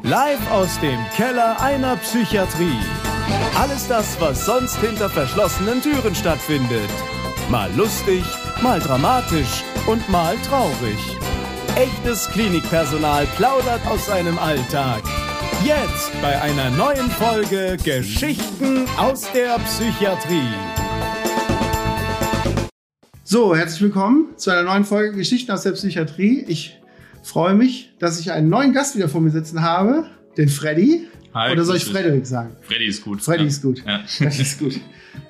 Live aus dem Keller einer Psychiatrie. Alles das, was sonst hinter verschlossenen Türen stattfindet. Mal lustig, mal dramatisch und mal traurig. Echtes Klinikpersonal plaudert aus seinem Alltag. Jetzt bei einer neuen Folge Geschichten aus der Psychiatrie. So, herzlich willkommen zu einer neuen Folge Geschichten aus der Psychiatrie. Ich freue mich, dass ich einen neuen Gast wieder vor mir sitzen habe, den Freddy. Hi, oder soll ich Frederik sagen? Freddy ist gut. Freddy ja. ist gut. Ja. Freddy ist gut.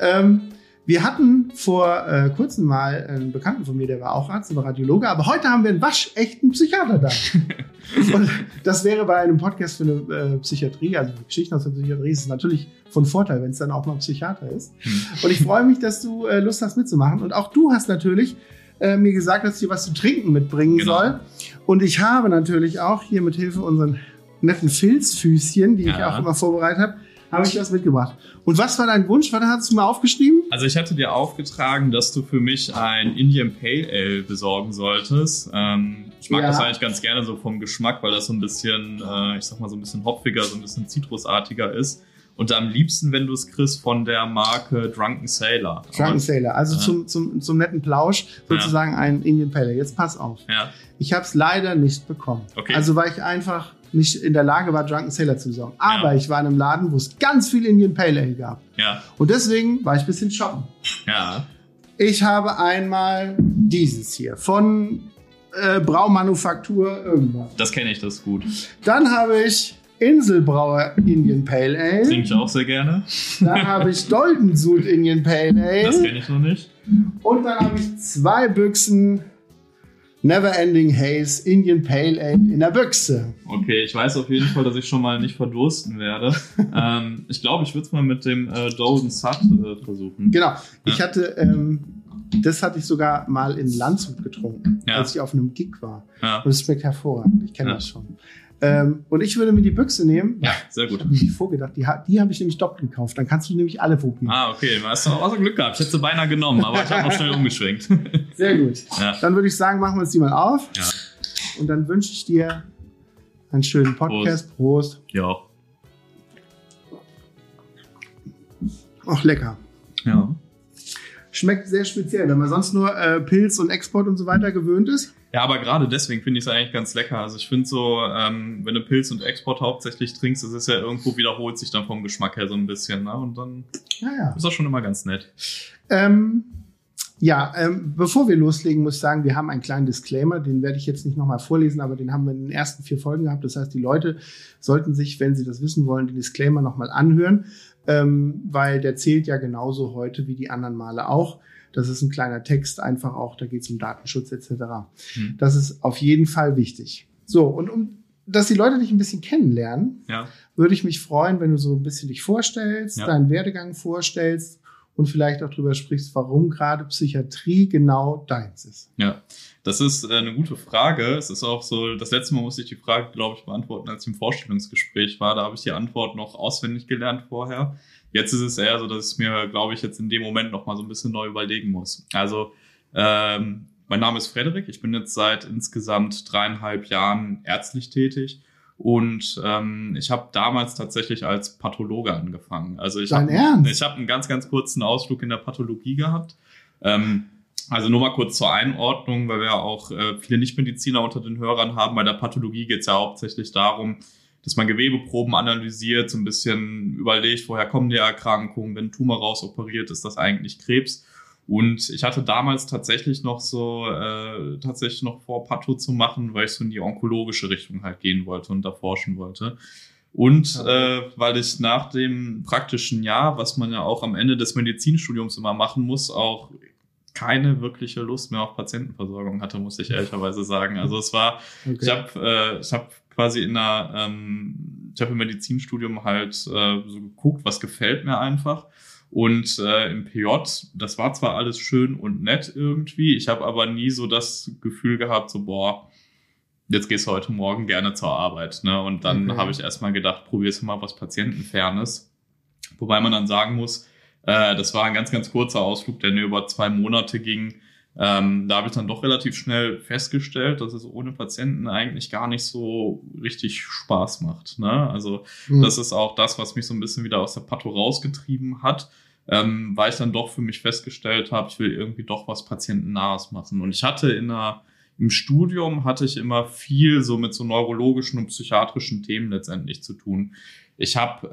Wir hatten vor kurzem mal einen Bekannten von mir, der war auch Arzt, aber Radiologe, aber heute haben wir einen waschechten Psychiater da. Und das wäre bei einem Podcast für eine Psychiatrie, also für Geschichten aus der Psychiatrie, ist es natürlich von Vorteil, wenn es dann auch mal Psychiater ist. Und ich freue mich, dass du Lust hast mitzumachen. Und auch du hast natürlich mir gesagt, dass ich dir was zu trinken mitbringen soll. Und ich habe natürlich auch hier mit Hilfe unseren netten Filzfüßchen, die ich auch immer vorbereitet habe, habe ich was mitgebracht. Und was war dein Wunsch? Was hast du mal aufgeschrieben? Also ich hatte dir aufgetragen, dass du für mich ein Indian Pale Ale besorgen solltest. Ich mag das eigentlich ganz gerne so vom Geschmack, weil das so ein bisschen, ich sag mal so ein bisschen hopfiger, so ein bisschen zitrusartiger ist. Und am liebsten, wenn du es kriegst, von der Marke Drunken Sailor. Drunken Sailor, also zum netten Plausch sozusagen ein Indian Pale Ale. Jetzt pass auf. Ja. Ich habe es leider nicht bekommen. Okay. Also weil ich einfach nicht in der Lage war, Drunken Sailor zu besorgen. Aber ich war in einem Laden, wo es ganz viel Indian Pale Ale gab. Ja. Und deswegen war ich ein bisschen shoppen. Ja. Ich habe einmal dieses hier von Braumanufaktur irgendwas. Das kenne ich, das ist gut. Dann habe ich Inselbrauer Indian Pale Ale. Trinke ich auch sehr gerne. Dann habe ich Doldensud Indian Pale Ale. Das kenne ich noch nicht. Und dann habe ich 2 Büchsen Neverending Haze Indian Pale Ale in der Büchse. Okay, ich weiß auf jeden Fall, dass ich schon mal nicht verdursten werde. Ich glaube, ich würde es mal mit dem Dolden Sud versuchen. Genau. Ich hatte, das hatte ich sogar mal in Landshut getrunken, als ich auf einem Gig war. Ja. Und es schmeckt hervorragend. Ich kenne das schon. Und ich würde mir die Büchse nehmen. Ja, sehr gut. Ich habe mir vorgedacht, die habe ich nämlich doppelt gekauft. Dann kannst du nämlich alle probieren. Ah, okay. Du hast auch so Glück gehabt. Ich hätte sie beinahe genommen, aber ich habe noch schnell umgeschwenkt. Sehr gut. Ja. Dann würde ich sagen, machen wir uns die mal auf. Ja. Und dann wünsche ich dir einen schönen Podcast. Prost. Ja. Ach, lecker. Ja. Schmeckt sehr speziell, wenn man sonst nur Pilz und Export und so weiter gewöhnt ist. Ja, aber gerade deswegen finde ich es eigentlich ganz lecker. Also ich finde so, wenn du Pilz und Export hauptsächlich trinkst, das ist ja irgendwo wiederholt sich dann vom Geschmack her so ein bisschen, ne? Und dann ist das schon immer ganz nett. Bevor wir loslegen, muss ich sagen, wir haben einen kleinen Disclaimer, den werde ich jetzt nicht nochmal vorlesen, aber den haben wir in den ersten 4 Folgen gehabt. Das heißt, die Leute sollten sich, wenn sie das wissen wollen, den Disclaimer nochmal anhören, weil der zählt ja genauso heute wie die anderen Male auch. Das ist ein kleiner Text, einfach auch, da geht es um Datenschutz etc. Das ist auf jeden Fall wichtig. So, und dass die Leute dich ein bisschen kennenlernen, würde ich mich freuen, wenn du so ein bisschen dich vorstellst, deinen Werdegang vorstellst und vielleicht auch drüber sprichst, warum gerade Psychiatrie genau deins ist. Ja, das ist eine gute Frage. Es ist auch so, das letzte Mal musste ich die Frage, glaube ich, beantworten, als ich im Vorstellungsgespräch war. Da habe ich die Antwort noch auswendig gelernt vorher. Jetzt ist es eher so, dass ich mir, glaube ich, jetzt in dem Moment noch mal so ein bisschen neu überlegen muss. Also, mein Name ist Frederik. Ich bin jetzt seit insgesamt 3,5 Jahren ärztlich tätig. Und ich habe damals tatsächlich als Pathologe angefangen. Also ich habe einen ganz, ganz kurzen Ausflug in der Pathologie gehabt. Also nur mal kurz zur Einordnung, weil wir ja auch viele Nichtmediziner unter den Hörern haben. Bei der Pathologie geht es ja hauptsächlich darum, dass man Gewebeproben analysiert, so ein bisschen überlegt, woher kommen die Erkrankungen, wenn ein Tumor rausoperiert, ist das eigentlich Krebs? Und ich hatte damals tatsächlich noch vor, Patho zu machen, weil ich so in die onkologische Richtung halt gehen wollte und da forschen wollte. Und weil ich nach dem praktischen Jahr, was man ja auch am Ende des Medizinstudiums immer machen muss, auch keine wirkliche Lust mehr auf Patientenversorgung hatte, muss ich ehrlicherweise sagen. Also es war, ich habe quasi ich habe im Medizinstudium halt so geguckt, was gefällt mir einfach. Und im PJ, das war zwar alles schön und nett irgendwie, ich habe aber nie so das Gefühl gehabt, so jetzt gehst du heute Morgen gerne zur Arbeit. Ne? Und dann habe ich erstmal gedacht, probierst du mal was Patientenfernes. Wobei man dann sagen muss, das war ein ganz, ganz kurzer Ausflug, der nur über 2 Monate ging. Da habe ich dann doch relativ schnell festgestellt, dass es ohne Patienten eigentlich gar nicht so richtig Spaß macht. Ne? Also das ist auch das, was mich so ein bisschen wieder aus der Patho rausgetrieben hat, weil ich dann doch für mich festgestellt habe, ich will irgendwie doch was Patientennahes machen. Und ich hatte im Studium hatte ich immer viel so mit so neurologischen und psychiatrischen Themen letztendlich zu tun. Ich habe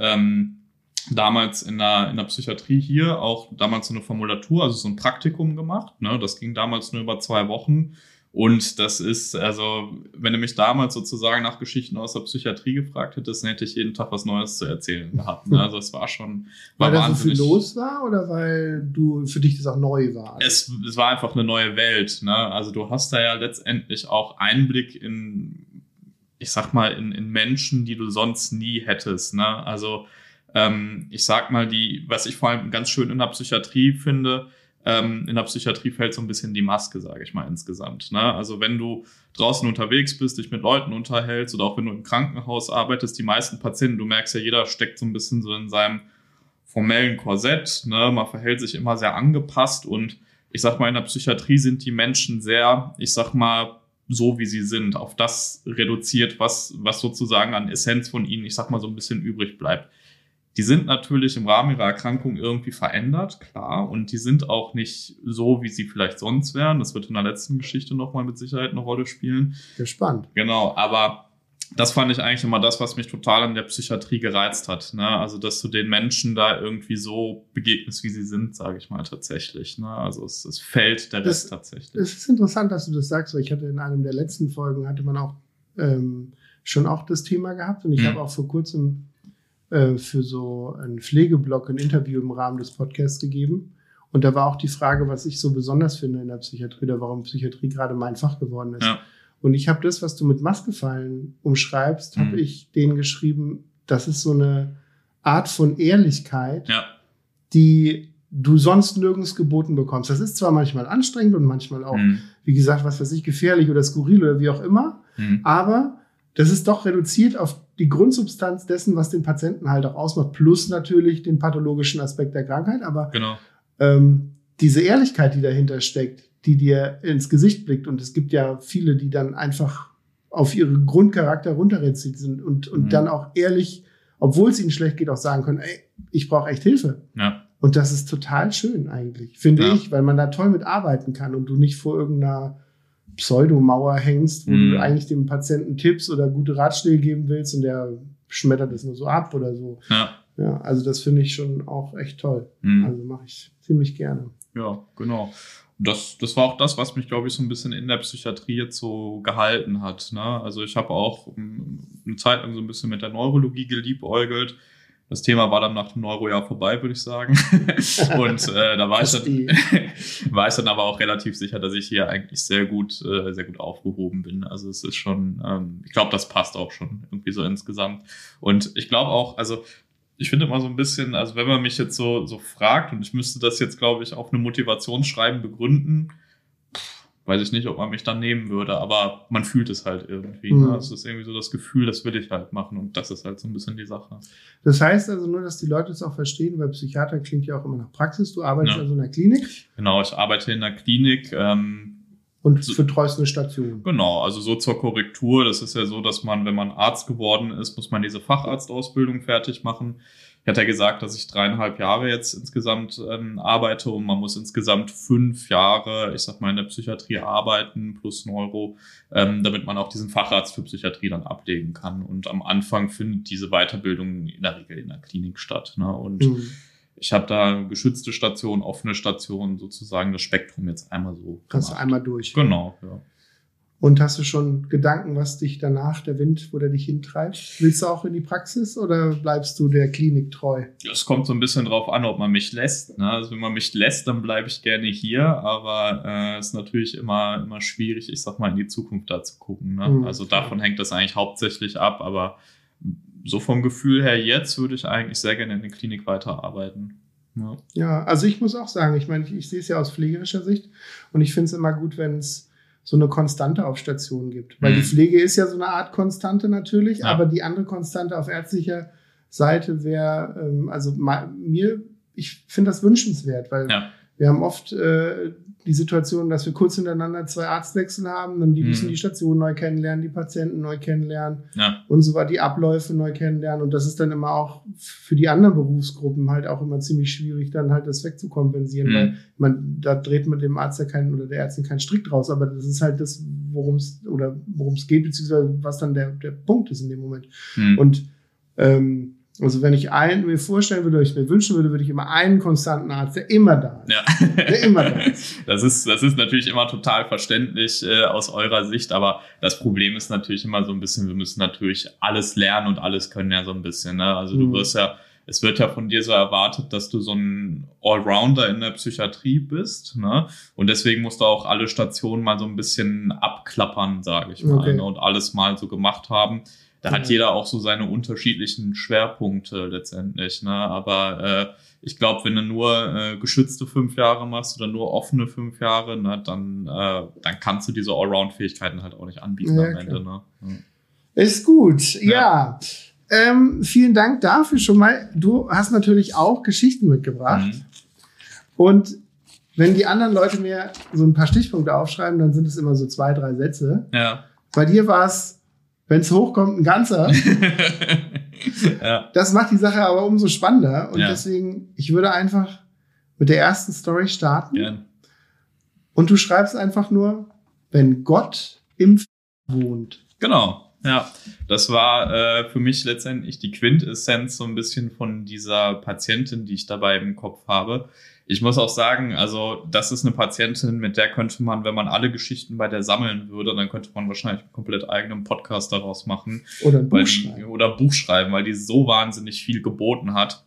damals in der Psychiatrie hier auch damals so eine Formulatur, also so ein Praktikum gemacht. Ne? Das ging damals nur über 2 Wochen. Und das ist, also, wenn du mich damals sozusagen nach Geschichten aus der Psychiatrie gefragt hättest, dann hätte ich jeden Tag was Neues zu erzählen gehabt. Ne? Also es war schon... Weil da so viel los war oder weil für dich das auch neu war? Es war einfach eine neue Welt. Ne? Also du hast da ja letztendlich auch Einblick in, ich sag mal, in Menschen, die du sonst nie hättest. Ne? Also ich sag mal, was ich vor allem ganz schön in der Psychiatrie finde, in der Psychiatrie fällt so ein bisschen die Maske, sage ich mal, insgesamt. Ne? Also wenn du draußen unterwegs bist, dich mit Leuten unterhältst oder auch wenn du im Krankenhaus arbeitest, die meisten Patienten, du merkst ja, jeder steckt so ein bisschen so in seinem formellen Korsett. Ne? Man verhält sich immer sehr angepasst und ich sag mal, in der Psychiatrie sind die Menschen sehr, ich sag mal, so wie sie sind, auf das reduziert, was sozusagen an Essenz von ihnen, ich sag mal, so ein bisschen übrig bleibt. Die sind natürlich im Rahmen ihrer Erkrankung irgendwie verändert, klar. Und die sind auch nicht so, wie sie vielleicht sonst wären. Das wird in der letzten Geschichte nochmal mit Sicherheit eine Rolle spielen. Gespannt. Genau, aber das fand ich eigentlich immer das, was mich total an der Psychiatrie gereizt hat. Ne? Also, dass du den Menschen da irgendwie so begegnest, wie sie sind, sage ich mal tatsächlich. Ne? Also, es fällt der Rest tatsächlich. Es ist interessant, dass du das sagst, weil ich hatte in einem der letzten Folgen, hatte man auch schon auch das Thema gehabt. Und ich habe auch vor kurzem für so einen Pflegeblock ein Interview im Rahmen des Podcasts gegeben. Und da war auch die Frage, was ich so besonders finde in der Psychiatrie oder warum Psychiatrie gerade mein Fach geworden ist. Ja. Und ich habe das, was du mit Maskefallen umschreibst, habe ich denen geschrieben, das ist so eine Art von Ehrlichkeit, die du sonst nirgends geboten bekommst. Das ist zwar manchmal anstrengend und manchmal auch, wie gesagt, was weiß ich, gefährlich oder skurril oder wie auch immer, aber das ist doch reduziert auf die Grundsubstanz dessen, was den Patienten halt auch ausmacht, plus natürlich den pathologischen Aspekt der Krankheit. Aber diese Ehrlichkeit, die dahinter steckt, die dir ins Gesicht blickt, und es gibt ja viele, die dann einfach auf ihren Grundcharakter runterreduziert sind und dann auch ehrlich, obwohl es ihnen schlecht geht, auch sagen können, ey, ich brauche echt Hilfe. Ja. Und das ist total schön eigentlich, finde ich, weil man da toll mit arbeiten kann und du nicht vor irgendeiner Pseudomauer hängst, wo du eigentlich dem Patienten Tipps oder gute Ratschläge geben willst und der schmettert es nur so ab oder so. Ja, also das finde ich schon auch echt toll. Also mache ich ziemlich gerne. Ja, genau. Das war auch das, was mich, glaube ich, so ein bisschen in der Psychiatrie jetzt so gehalten hat. Ne? Also ich habe auch eine Zeit lang so ein bisschen mit der Neurologie geliebäugelt. Das Thema war dann nach dem Neurojahr vorbei, würde ich sagen. Und da war ich dann aber auch relativ sicher, dass ich hier eigentlich sehr gut aufgehoben bin. Also es ist schon, ich glaube, das passt auch schon irgendwie so insgesamt. Und ich glaube auch, also ich finde immer so ein bisschen, also wenn man mich jetzt so fragt und ich müsste das jetzt, glaube ich, auf einem Motivationsschreiben begründen, weiß ich nicht, ob man mich dann nehmen würde, aber man fühlt es halt irgendwie. Ne? Es ist irgendwie so das Gefühl, das will ich halt machen und das ist halt so ein bisschen die Sache. Das heißt also nur, dass die Leute es auch verstehen, weil Psychiater klingt ja auch immer nach Praxis. Du arbeitest also in der Klinik? Genau, ich arbeite in der Klinik. Und betreust eine Station? Genau, also so zur Korrektur. Das ist ja so, dass man, wenn man Arzt geworden ist, muss man diese Facharztausbildung fertig machen. Ich hatte ja gesagt, dass ich 3,5 Jahre jetzt insgesamt arbeite und man muss insgesamt 5 Jahre, ich sag mal, in der Psychiatrie arbeiten plus Neuro, damit man auch diesen Facharzt für Psychiatrie dann ablegen kann. Und am Anfang findet diese Weiterbildung in der Regel in der Klinik statt. Ne? Und ich habe da geschützte Station, offene Station, sozusagen das Spektrum jetzt einmal so. Kannst du einmal durch. Genau, ja. Und hast du schon Gedanken, was dich danach, der Wind, wo der dich hintreibt? Willst du auch in die Praxis oder bleibst du der Klinik treu? Es kommt so ein bisschen drauf an, ob man mich lässt. Ne? Also wenn man mich lässt, dann bleibe ich gerne hier, aber es ist natürlich immer schwierig, ich sag mal, in die Zukunft da zu gucken. Ne? Also davon hängt das eigentlich hauptsächlich ab, aber so vom Gefühl her jetzt würde ich eigentlich sehr gerne in der Klinik weiterarbeiten. Ja, also ich muss auch sagen, ich meine, ich sehe es ja aus pflegerischer Sicht und ich finde es immer gut, wenn es so eine Konstante auf Station gibt. Weil die Pflege ist ja so eine Art Konstante natürlich, aber die andere Konstante auf ärztlicher Seite wäre, ich finde das wünschenswert, weil wir haben oft die Situation, dass wir kurz hintereinander 2 Arztwechsel haben, dann die müssen die Station neu kennenlernen, die Patienten neu kennenlernen und so weiter, die Abläufe neu kennenlernen. Und das ist dann immer auch für die anderen Berufsgruppen halt auch immer ziemlich schwierig, dann halt das wegzukompensieren, weil da dreht man dem Arzt oder der Ärztin keinen Strick draus, aber das ist halt das, worum es geht, beziehungsweise was dann der Punkt ist in dem Moment. Und also wenn ich mir vorstellen würde, ich mir wünschen würde, würde ich immer einen konstanten Arzt, der immer da ist. Ja. Der immer da ist. Das ist natürlich immer total verständlich aus eurer Sicht, aber das Problem ist natürlich immer so ein bisschen, wir müssen natürlich alles lernen und alles können ja so ein bisschen. Ne? Also du wirst es wird ja von dir so erwartet, dass du so ein Allrounder in der Psychiatrie bist, ne? Und deswegen musst du auch alle Stationen mal so ein bisschen abklappern, sage ich mal, ne? Und alles mal so gemacht haben. Da hat jeder auch so seine unterschiedlichen Schwerpunkte letztendlich, ne? Aber ich glaube, wenn du nur geschützte 5 Jahre machst oder nur offene 5 Jahre, ne, dann kannst du diese Allround-Fähigkeiten halt auch nicht anbieten am Ende. Ne? Ist gut, ja. Vielen Dank dafür schon mal. Du hast natürlich auch Geschichten mitgebracht. Und wenn die anderen Leute mir so ein paar Stichpunkte aufschreiben, dann sind es immer so 2, 3 Sätze. Ja. Bei dir war es, wenn es hochkommt, ein ganzer. Das macht die Sache aber umso spannender. Und deswegen, ich würde einfach mit der ersten Story starten. Ja. Und du schreibst einfach nur, wenn Gott im wohnt. Genau. Ja, das war für mich letztendlich die Quintessenz so ein bisschen von dieser Patientin, die ich dabei im Kopf habe. Ich muss auch sagen, also das ist eine Patientin, mit der könnte man, wenn man alle Geschichten bei der sammeln würde, dann könnte man wahrscheinlich einen komplett eigenen Podcast daraus machen. Oder ein Buch schreiben. Oder Buch schreiben, weil die so wahnsinnig viel geboten hat.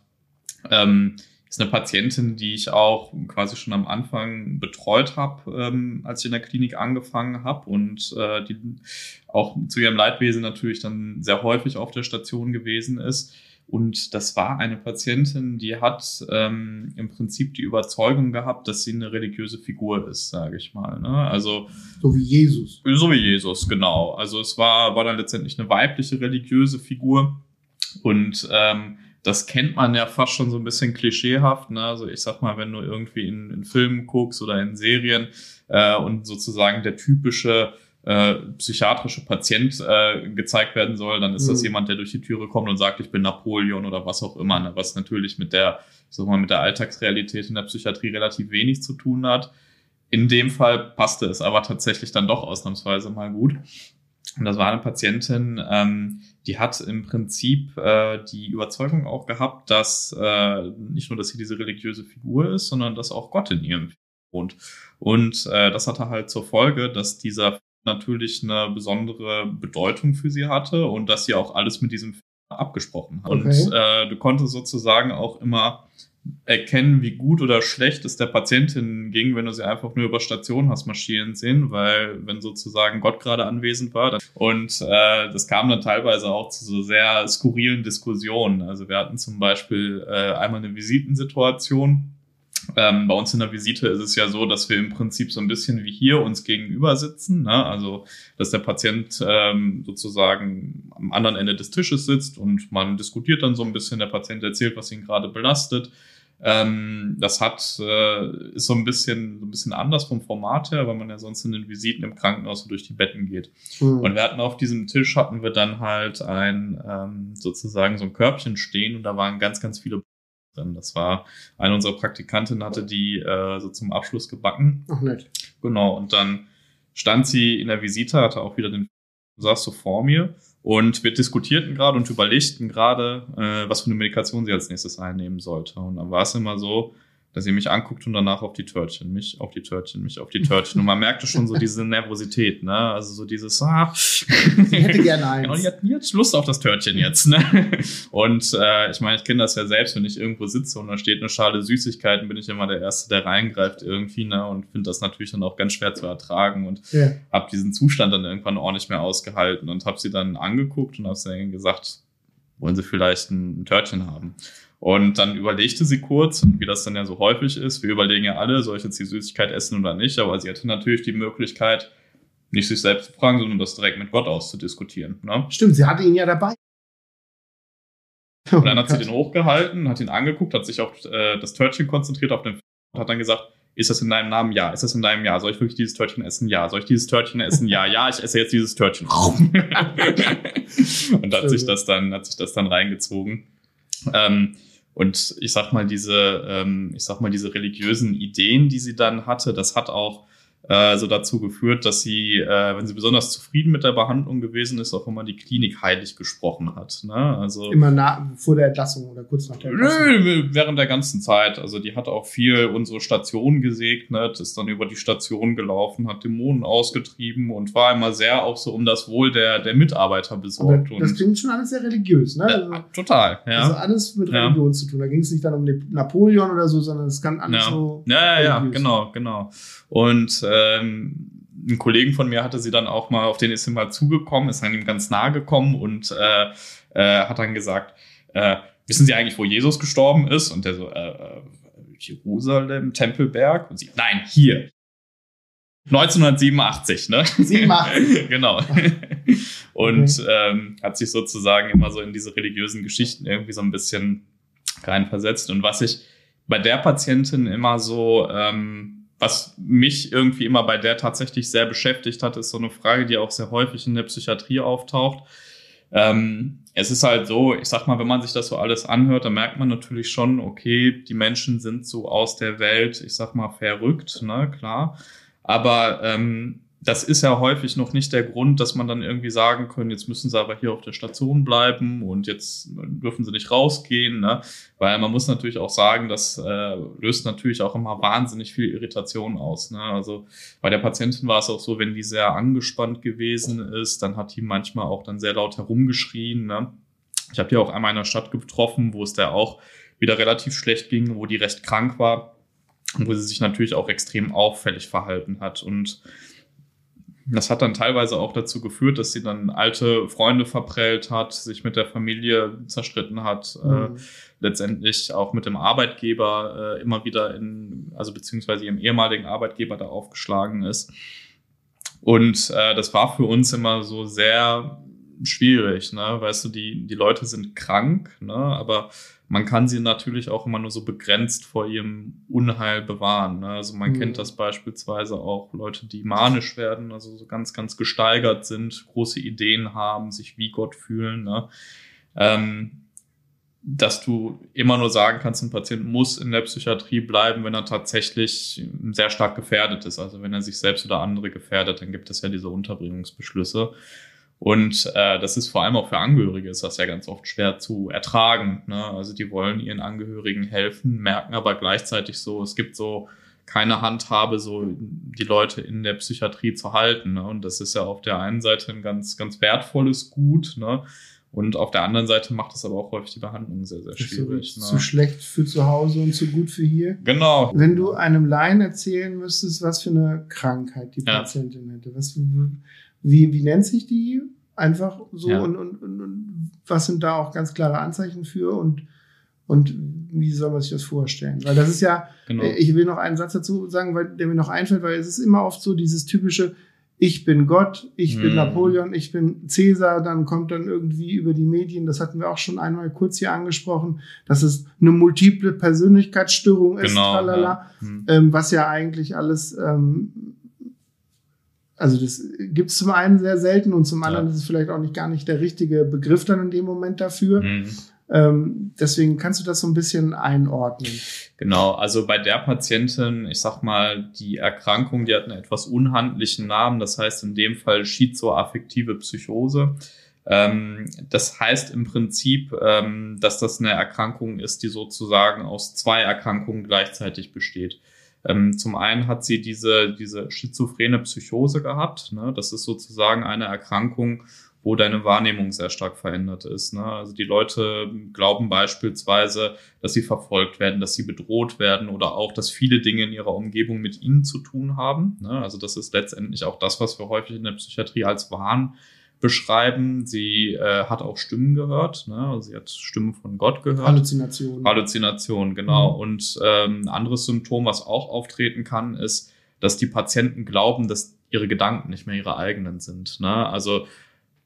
Ist eine Patientin, die ich auch quasi schon am Anfang betreut habe, als ich in der Klinik angefangen habe und die auch zu ihrem Leidwesen natürlich dann sehr häufig auf der Station gewesen ist. Und das war eine Patientin, die hat im Prinzip die Überzeugung gehabt, dass sie eine religiöse Figur ist, sage ich mal. Ne? Also so wie Jesus. So wie Jesus, genau. Also es war dann letztendlich eine weibliche religiöse Figur und das kennt man ja fast schon so ein bisschen klischeehaft. Ne? Also ich sag mal, wenn du irgendwie in Filmen guckst oder in Serien und sozusagen der typische psychiatrische Patient gezeigt werden soll, dann ist das jemand, der durch die Türe kommt und sagt, ich bin Napoleon oder was auch immer, ne? Was natürlich mit der Alltagsrealität in der Psychiatrie relativ wenig zu tun hat. In dem Fall passte es aber tatsächlich dann doch ausnahmsweise mal gut. Und das war eine Patientin, die hat im Prinzip die Überzeugung auch gehabt, dass nicht nur, dass sie diese religiöse Figur ist, sondern dass auch Gott in ihrem wohnt. Und das hatte halt zur Folge, dass dieser natürlich eine besondere Bedeutung für sie hatte und dass sie auch alles mit diesem abgesprochen hat. Okay. Und du konntest sozusagen auch immer erkennen, wie gut oder schlecht es der Patientin ging, wenn du sie einfach nur über Station hast marschieren sehen, weil wenn sozusagen Gott gerade anwesend war. Und das kam dann teilweise auch zu so sehr skurrilen Diskussionen. Also wir hatten zum Beispiel einmal eine Visitensituation. Bei uns in der Visite ist es ja so, dass wir im Prinzip so ein bisschen wie hier uns gegenüber sitzen, ne? Also dass der Patient sozusagen am anderen Ende des Tisches sitzt und man diskutiert dann so ein bisschen, der Patient erzählt, was ihn gerade belastet. Das ist so ein bisschen anders vom Format her, weil man ja sonst in den Visiten im Krankenhaus so durch die Betten geht. Und wir hatten auf diesem Tisch hatten wir dann halt sozusagen so ein Körbchen stehen und da waren ganz, ganz viele drin. Das war eine unserer Praktikantinnen, hatte die so zum Abschluss gebacken. Ach nett. Genau, und dann stand sie in der Visite, hatte auch wieder saß so vor mir und wir diskutierten gerade und überlegten gerade, was für eine Medikation sie als nächstes einnehmen sollte. Und dann war es immer so, dass sie mich anguckt und danach auf die Törtchen, mich auf die Törtchen, mich auf die Törtchen. Und man merkte schon so diese Nervosität, ne? Also so dieses, sie hätte gerne eins. Genau, die hat jetzt Lust auf das Törtchen jetzt, ne? Und ich meine, ich kenne das ja selbst, wenn ich irgendwo sitze und da steht eine Schale Süßigkeiten, bin ich immer der Erste, der reingreift irgendwie, ne? Und finde das natürlich dann auch ganz schwer zu ertragen und habe diesen Zustand dann irgendwann auch nicht mehr ausgehalten und habe sie dann angeguckt und habe dann gesagt, wollen Sie vielleicht ein Törtchen haben? Und dann überlegte sie kurz, wie das dann ja so häufig ist. Wir überlegen ja alle, soll ich jetzt die Süßigkeit essen oder nicht? Aber sie hatte natürlich die Möglichkeit, nicht sich selbst zu fragen, sondern das direkt mit Gott auszudiskutieren. Ne? Stimmt, sie hatte ihn ja dabei. Und dann hat sie den hochgehalten, hat ihn angeguckt, hat sich auf das Törtchen konzentriert, auf den und hat dann gesagt, ist das in deinem Namen? Ja. Ist das in deinem? Ja. Soll ich wirklich dieses Törtchen essen? Ja. Soll ich dieses Törtchen essen? Ja. Ja, ich esse jetzt dieses Törtchen. Und hat sich das dann reingezogen. Und ich sag mal, diese religiösen Ideen, die sie dann hatte, das hat auch so dazu geführt, dass sie, wenn sie besonders zufrieden mit der Behandlung gewesen ist, auch immer die Klinik heilig gesprochen hat. Ne? Also immer vor der Entlassung oder kurz nach der Entlassung? Nö, während der ganzen Zeit. Also die hat auch viel unsere Station gesegnet, ist dann über die Station gelaufen, hat Dämonen ausgetrieben und war immer sehr auch so um das Wohl der Mitarbeiter besorgt. Aber das klingt schon alles sehr religiös, ne? Also, total, ja. Also alles mit Religion zu tun. Da ging es nicht dann um Napoleon oder so, sondern es kann alles so religiös. Genau. Und ein Kollegen von mir hatte sie dann auch mal, auf den ist sie mal zugekommen, ist an ihm ganz nahe gekommen und hat dann gesagt, wissen Sie eigentlich, wo Jesus gestorben ist? Und der so, Jerusalem, Tempelberg? Und sie, nein, hier. 1987, ne? 87. Genau. Und hat sich sozusagen immer so in diese religiösen Geschichten irgendwie so ein bisschen reinversetzt. Und was ich bei der Patientin immer so, was mich irgendwie immer bei der tatsächlich sehr beschäftigt hat, ist so eine Frage, die auch sehr häufig in der Psychiatrie auftaucht. Es ist halt so, ich sag mal, wenn man sich das so alles anhört, dann merkt man natürlich schon, okay, die Menschen sind so aus der Welt, ich sag mal, verrückt, ne, klar. Aber das ist ja häufig noch nicht der Grund, dass man dann irgendwie sagen kann, jetzt müssen sie aber hier auf der Station bleiben und jetzt dürfen sie nicht rausgehen, ne? Weil man muss natürlich auch sagen, das löst natürlich auch immer wahnsinnig viel Irritation aus, ne? Also bei der Patientin war es auch so, wenn die sehr angespannt gewesen ist, dann hat die manchmal auch dann sehr laut herumgeschrien, ne? Ich habe die auch einmal in der Stadt getroffen, wo es der auch wieder relativ schlecht ging, wo die recht krank war und wo sie sich natürlich auch extrem auffällig verhalten hat. Und das hat dann teilweise auch dazu geführt, dass sie dann alte Freunde verprellt hat, sich mit der Familie zerstritten hat, letztendlich auch mit dem Arbeitgeber immer wieder beziehungsweise ihrem ehemaligen Arbeitgeber da aufgeschlagen ist. Und das war für uns immer so sehr schwierig, ne? Weißt du, die Leute sind krank, ne? Aber man kann sie natürlich auch immer nur so begrenzt vor ihrem Unheil bewahren, ne? Also man kennt das beispielsweise auch Leute, die manisch werden, also so ganz, ganz gesteigert sind, große Ideen haben, sich wie Gott fühlen, ne? Dass du immer nur sagen kannst, ein Patient muss in der Psychiatrie bleiben, wenn er tatsächlich sehr stark gefährdet ist. Also wenn er sich selbst oder andere gefährdet, dann gibt es ja diese Unterbringungsbeschlüsse. Und das ist vor allem auch für Angehörige ist das ja ganz oft schwer zu ertragen, ne? Also die wollen ihren Angehörigen helfen, merken aber gleichzeitig so, es gibt so keine Handhabe, so die Leute in der Psychiatrie zu halten, ne? Und das ist ja auf der einen Seite ein ganz, ganz wertvolles Gut, ne? Und auf der anderen Seite macht es aber auch häufig die Behandlung sehr, sehr schwierig. Zu schlecht für zu Hause und zu gut für hier. Genau. Wenn du einem Laien erzählen müsstest, was für eine Krankheit die Patientin hätte, wie nennt sich die? Einfach so und was sind da auch ganz klare Anzeichen für und wie soll man sich das vorstellen? Weil das ist ja, ich will noch einen Satz dazu sagen, weil der mir noch einfällt, weil es ist immer oft so dieses typische, ich bin Gott, ich bin Napoleon, ich bin Cäsar, dann kommt dann irgendwie über die Medien, das hatten wir auch schon einmal kurz hier angesprochen, dass es eine multiple Persönlichkeitsstörung ist, was ja eigentlich alles also das gibt es zum einen sehr selten und zum anderen ist es vielleicht auch gar nicht der richtige Begriff dann in dem Moment dafür. Deswegen kannst du das so ein bisschen einordnen. Genau, also bei der Patientin, ich sag mal, die Erkrankung, die hat einen etwas unhandlichen Namen, das heißt in dem Fall schizoaffektive Psychose. Das heißt im Prinzip, dass das eine Erkrankung ist, die sozusagen aus zwei Erkrankungen gleichzeitig besteht. Zum einen hat sie diese schizophrene Psychose gehabt, ne? Das ist sozusagen eine Erkrankung, wo deine Wahrnehmung sehr stark verändert ist, ne? Also die Leute glauben beispielsweise, dass sie verfolgt werden, dass sie bedroht werden oder auch, dass viele Dinge in ihrer Umgebung mit ihnen zu tun haben, ne? Also das ist letztendlich auch das, was wir häufig in der Psychiatrie als Wahn beschreiben. Sie hat auch Stimmen gehört, ne? Also sie hat Stimmen von Gott gehört. Halluzinationen, genau. Und ein anderes Symptom, was auch auftreten kann, ist, dass die Patienten glauben, dass ihre Gedanken nicht mehr ihre eigenen sind, ne? Also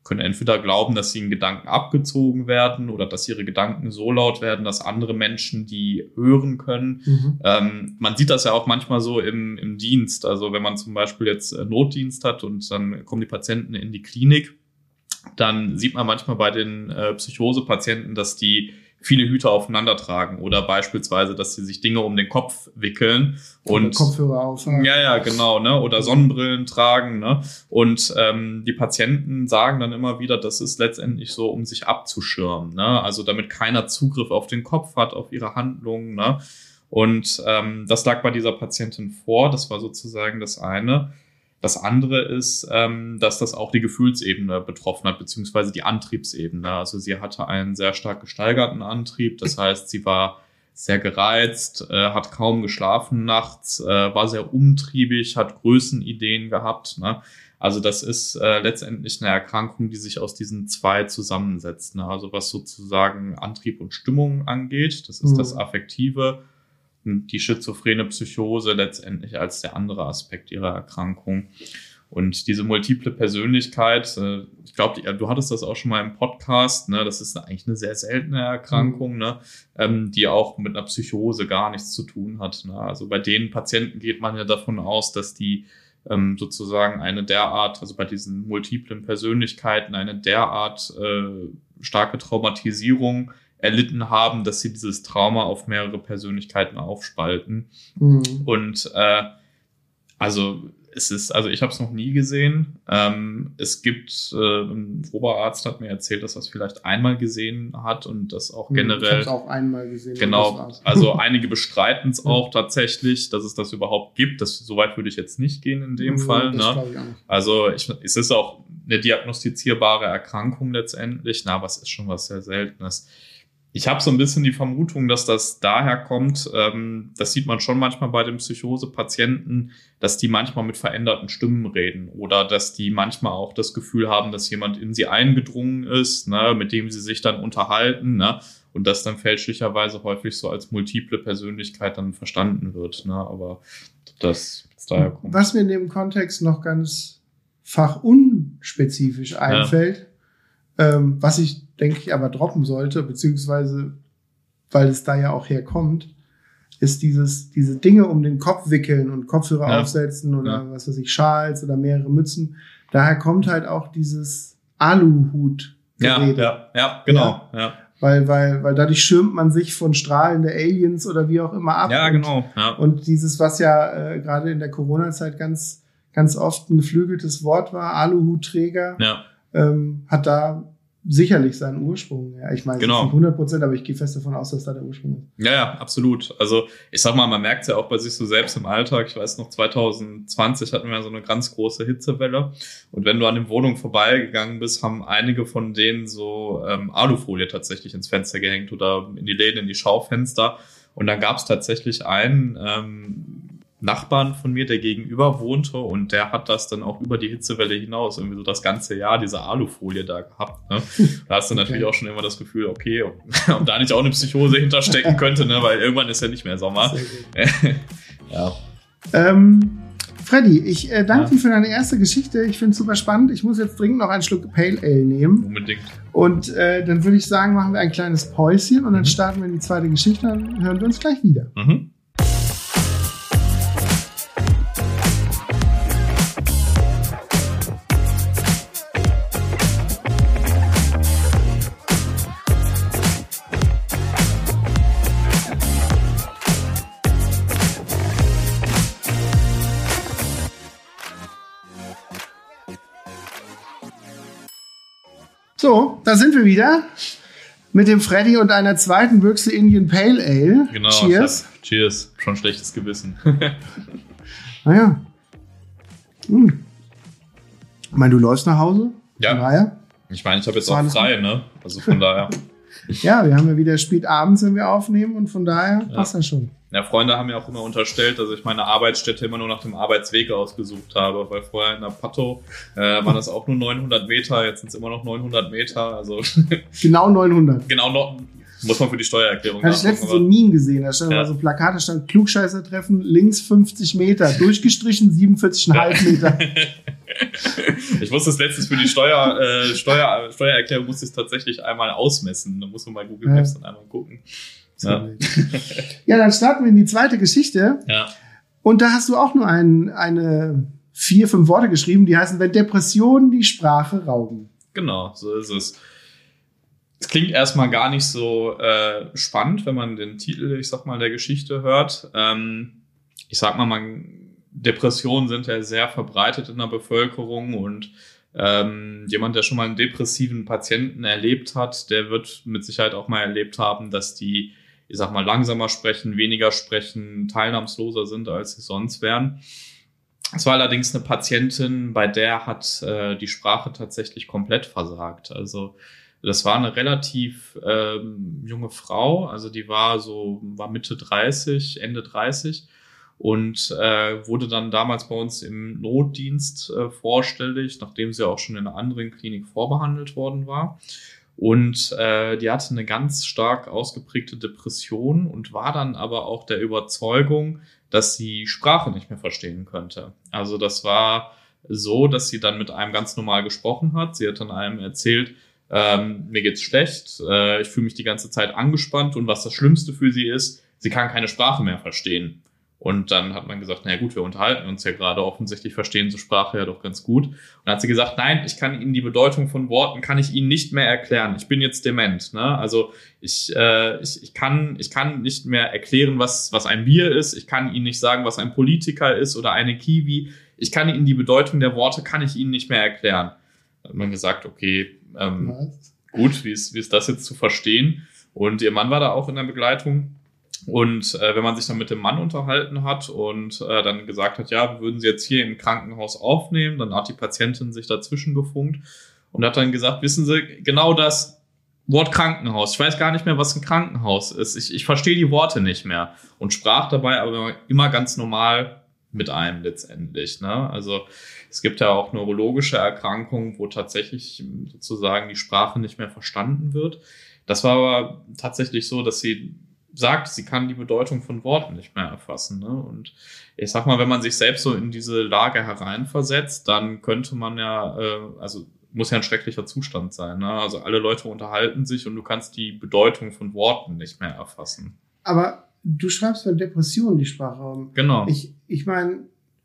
können entweder glauben, dass sie in Gedanken abgezogen werden oder dass ihre Gedanken so laut werden, dass andere Menschen die hören können. Man sieht das ja auch manchmal so im Dienst. Also wenn man zum Beispiel jetzt Notdienst hat und dann kommen die Patienten in die Klinik, dann sieht man manchmal bei den Psychosepatienten, dass die viele Hüte aufeinander tragen oder beispielsweise, dass sie sich Dinge um den Kopf wickeln und Kopfhörer aufhaben. Ja, genau, ne? Oder Sonnenbrillen tragen, ne? Und die Patienten sagen dann immer wieder, das ist letztendlich so, um sich abzuschirmen, ne? Also damit keiner Zugriff auf den Kopf hat, auf ihre Handlungen, ne? Und das lag bei dieser Patientin vor, das war sozusagen das eine. Das andere ist, dass das auch die Gefühlsebene betroffen hat, beziehungsweise die Antriebsebene. Also sie hatte einen sehr stark gesteigerten Antrieb. Das heißt, sie war sehr gereizt, hat kaum geschlafen nachts, war sehr umtriebig, hat Größenideen gehabt, ne? Also das ist letztendlich eine Erkrankung, die sich aus diesen zwei zusammensetzt, ne? Also was sozusagen Antrieb und Stimmung angeht, das ist das Affektive. Die schizophrene Psychose letztendlich als der andere Aspekt ihrer Erkrankung. Und diese multiple Persönlichkeit, ich glaube, du hattest das auch schon mal im Podcast, ne? Das ist eigentlich eine sehr seltene Erkrankung, ne? Die auch mit einer Psychose gar nichts zu tun hat, ne? Also bei den Patienten geht man ja davon aus, dass die sozusagen eine derart, also bei diesen multiplen Persönlichkeiten, eine derart starke Traumatisierung erlitten haben, dass sie dieses Trauma auf mehrere Persönlichkeiten aufspalten. Und also ich habe es noch nie gesehen. Es gibt, ein Oberarzt hat mir erzählt, dass er es vielleicht einmal gesehen hat und das auch generell. Ich habe es auch einmal gesehen. Genau, also einige bestreiten es auch tatsächlich, dass es das überhaupt gibt. Soweit würde ich jetzt nicht gehen in dem Fall. Das glaube ich auch nicht. Also es ist auch eine diagnostizierbare Erkrankung letztendlich, aber es ist schon was sehr Seltenes. Ich habe so ein bisschen die Vermutung, dass das daher kommt, das sieht man schon manchmal bei den Psychose-Patienten, dass die manchmal mit veränderten Stimmen reden oder dass die manchmal auch das Gefühl haben, dass jemand in sie eingedrungen ist, ne, mit dem sie sich dann unterhalten, ne, und das dann fälschlicherweise häufig so als multiple Persönlichkeit dann verstanden wird, ne, aber das daher kommt. Was mir in dem Kontext noch ganz fachunspezifisch einfällt, was ich, denke ich, aber droppen sollte, beziehungsweise, weil es da ja auch herkommt, ist diese Dinge um den Kopf wickeln und Kopfhörer aufsetzen oder was weiß ich, Schals oder mehrere Mützen. Daher kommt halt auch dieses Aluhut-Gerede. Ja, genau. Ja. Weil dadurch schirmt man sich von Strahlen der Aliens oder wie auch immer ab. Ja, genau. Ja. Und dieses, was ja gerade in der Corona-Zeit ganz, ganz oft ein geflügeltes Wort war, Aluhutträger, hat da sicherlich seinen Ursprung. Ja, ich meine, genau. Nicht 100%, aber ich gehe fest davon aus, dass da der Ursprung ist. Ja, absolut. Also ich sag mal, man merkt es ja auch bei sich so selbst im Alltag. Ich weiß noch, 2020 hatten wir so eine ganz große Hitzewelle. Und wenn du an den Wohnungen vorbeigegangen bist, haben einige von denen so Alufolie tatsächlich ins Fenster gehängt oder in die Läden, in die Schaufenster. Und dann gab es tatsächlich einen Nachbarn von mir, der gegenüber wohnte, und der hat das dann auch über die Hitzewelle hinaus irgendwie so das ganze Jahr diese Alufolie da gehabt, ne? Da hast du natürlich auch schon immer das Gefühl, okay, ob da nicht auch eine Psychose hinterstecken könnte, ne? Weil irgendwann ist ja nicht mehr Sommer. Ja. Freddy, ich danke dir für deine erste Geschichte. Ich finde es super spannend. Ich muss jetzt dringend noch einen Schluck Pale Ale nehmen. Unbedingt. Und dann würde ich sagen, machen wir ein kleines Päuschen und dann starten wir in die zweite Geschichte. Dann hören wir uns gleich wieder. So, da sind wir wieder mit dem Freddy und einer zweiten Büchse Indian Pale Ale. Genau. Cheers. Cheers. Schon schlechtes Gewissen. Naja. Ich meine, du läufst nach Hause? Ja. Von daher? Ich meine, ich habe jetzt auch frei, ne? Also von daher. Ja, wir haben ja wieder spät abends, wenn wir aufnehmen, und von daher passt das schon. Ja, Freunde haben mir auch immer unterstellt, dass ich meine Arbeitsstätte immer nur nach dem Arbeitsweg ausgesucht habe, weil vorher in der Pato waren das auch nur 900 Meter, jetzt sind es immer noch 900 Meter, also genau 900. Genau, Muss man für die Steuererklärung Hatte ich letztens so ein Meme gesehen, da stand mal so Plakate, stand Klugscheißer-Treffen, links 50 Meter, durchgestrichen 47,5 Meter. Ich musste es letztens für die Steuererklärung musste ich es tatsächlich einmal ausmessen. Da muss man mal Google Maps dann einmal gucken. Ja. Ja, dann starten wir in die zweite Geschichte. Ja. Und da hast du auch nur eine 4-5 Worte geschrieben, die heißen, wenn Depressionen die Sprache rauben. Genau, so ist es. Es klingt erstmal gar nicht so spannend, wenn man den Titel, ich sag mal, der Geschichte hört. Ich sag mal, Depressionen sind ja sehr verbreitet in der Bevölkerung und jemand, der schon mal einen depressiven Patienten erlebt hat, der wird mit Sicherheit auch mal erlebt haben, dass die, ich sag mal, langsamer sprechen, weniger sprechen, teilnahmsloser sind, als sie sonst wären. Es war allerdings eine Patientin, bei der hat die Sprache tatsächlich komplett versagt. Also das war eine relativ junge Frau, also die war Mitte 30, Ende 30 und wurde dann damals bei uns im Notdienst vorstellig, nachdem sie auch schon in einer anderen Klinik vorbehandelt worden war. Und die hatte eine ganz stark ausgeprägte Depression und war dann aber auch der Überzeugung, dass sie Sprache nicht mehr verstehen könnte. Also das war so, dass sie dann mit einem ganz normal gesprochen hat. Sie hat dann einem erzählt, mir geht's schlecht, ich fühle mich die ganze Zeit angespannt und was das Schlimmste für sie ist, sie kann keine Sprache mehr verstehen. Und dann hat man gesagt, naja gut, wir unterhalten uns ja gerade, offensichtlich verstehen Sie Sprache ja doch ganz gut. Und dann hat sie gesagt, nein, ich kann Ihnen die Bedeutung von Worten, kann ich Ihnen nicht mehr erklären. Ich bin jetzt dement. Ne? Also ich kann nicht mehr erklären, was ein Bier ist. Ich kann Ihnen nicht sagen, was ein Politiker ist oder eine Kiwi. Ich kann Ihnen die Bedeutung der Worte, kann ich Ihnen nicht mehr erklären. Da hat man gesagt, okay, gut, wie ist das jetzt zu verstehen? Und ihr Mann war da auch in der Begleitung. Und wenn man sich dann mit dem Mann unterhalten hat und dann gesagt hat, ja, wir würden sie jetzt hier im Krankenhaus aufnehmen, dann hat die Patientin sich dazwischen gefunkt und hat dann gesagt, wissen Sie, genau das Wort Krankenhaus, ich weiß gar nicht mehr, was ein Krankenhaus ist, ich verstehe die Worte nicht mehr und sprach dabei aber immer ganz normal mit einem letztendlich. Ne? Also es gibt ja auch neurologische Erkrankungen, wo tatsächlich sozusagen die Sprache nicht mehr verstanden wird. Das war aber tatsächlich so, dass sie sagt, sie kann die Bedeutung von Worten nicht mehr erfassen. Ne? Und ich sag mal, wenn man sich selbst so in diese Lage hereinversetzt, dann könnte man ja, muss ja ein schrecklicher Zustand sein. Ne? Also alle Leute unterhalten sich und du kannst die Bedeutung von Worten nicht mehr erfassen. Aber du schreibst von Depressionen die Sprache rauben. Genau. Ich meine,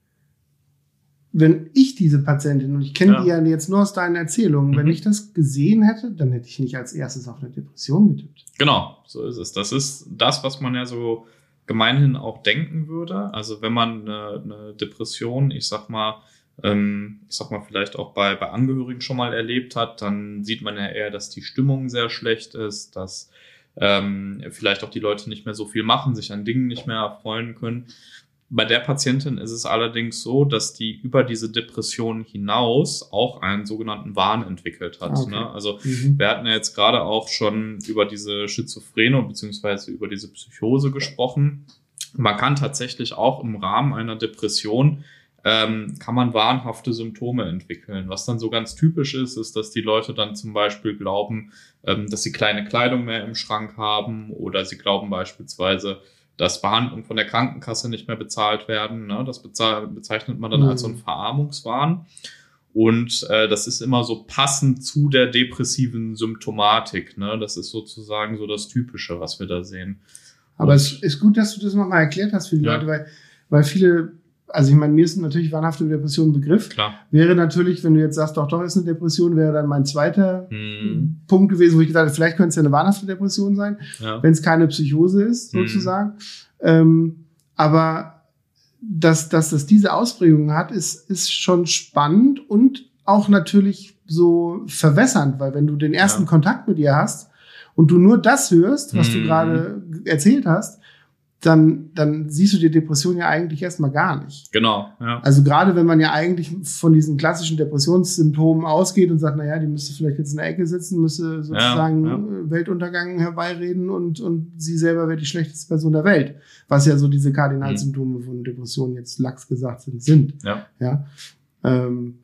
wenn ich diese Patientin, und ich kenne die ja jetzt nur aus deinen Erzählungen, wenn ich das gesehen hätte, dann hätte ich nicht als erstes auf eine Depression getippt. Genau, so ist es. Das ist das, was man ja so gemeinhin auch denken würde. Also wenn man eine Depression, ich sag mal, vielleicht auch bei Angehörigen schon mal erlebt hat, dann sieht man ja eher, dass die Stimmung sehr schlecht ist, dass vielleicht auch die Leute nicht mehr so viel machen, sich an Dingen nicht mehr erfreuen können. Bei der Patientin ist es allerdings so, dass die über diese Depression hinaus auch einen sogenannten Wahn entwickelt hat. Okay. Ne? Also wir hatten ja jetzt gerade auch schon über diese Schizophrenie bzw. über diese Psychose gesprochen. Man kann tatsächlich auch im Rahmen einer Depression kann man wahnhafte Symptome entwickeln. Was dann so ganz typisch ist, dass die Leute dann zum Beispiel glauben, dass sie keine Kleidung mehr im Schrank haben oder sie glauben beispielsweise, dass Behandlungen von der Krankenkasse nicht mehr bezahlt werden. Ne? Das bezeichnet man dann als so einen Verarmungswahn. Und das ist immer so passend zu der depressiven Symptomatik. Ne? Das ist sozusagen so das Typische, was wir da sehen. Aber es ist gut, dass du das nochmal erklärt hast für die Leute, weil viele, also ich meine, mir ist natürlich wahnhafte Depression ein Begriff. Klar. Wäre natürlich, wenn du jetzt sagst, doch ist eine Depression, wäre dann mein zweiter Punkt gewesen, wo ich gesagt habe, vielleicht könnte es ja eine wahnhafte Depression sein, wenn es keine Psychose ist, sozusagen. Aber dass das diese Ausprägung hat, ist schon spannend und auch natürlich so verwässernd, weil wenn du den ersten Kontakt mit ihr hast und du nur das hörst, was du gerade erzählt hast, dann siehst du die Depression ja eigentlich erstmal gar nicht. Genau, ja. Also gerade wenn man ja eigentlich von diesen klassischen Depressionssymptomen ausgeht und sagt, naja, die müsste vielleicht jetzt in der Ecke sitzen, müsste sozusagen Weltuntergang herbeireden und sie selber wäre die schlechteste Person der Welt. Was ja so diese Kardinalsymptome von Depressionen jetzt lax gesagt sind. Ja. Ja.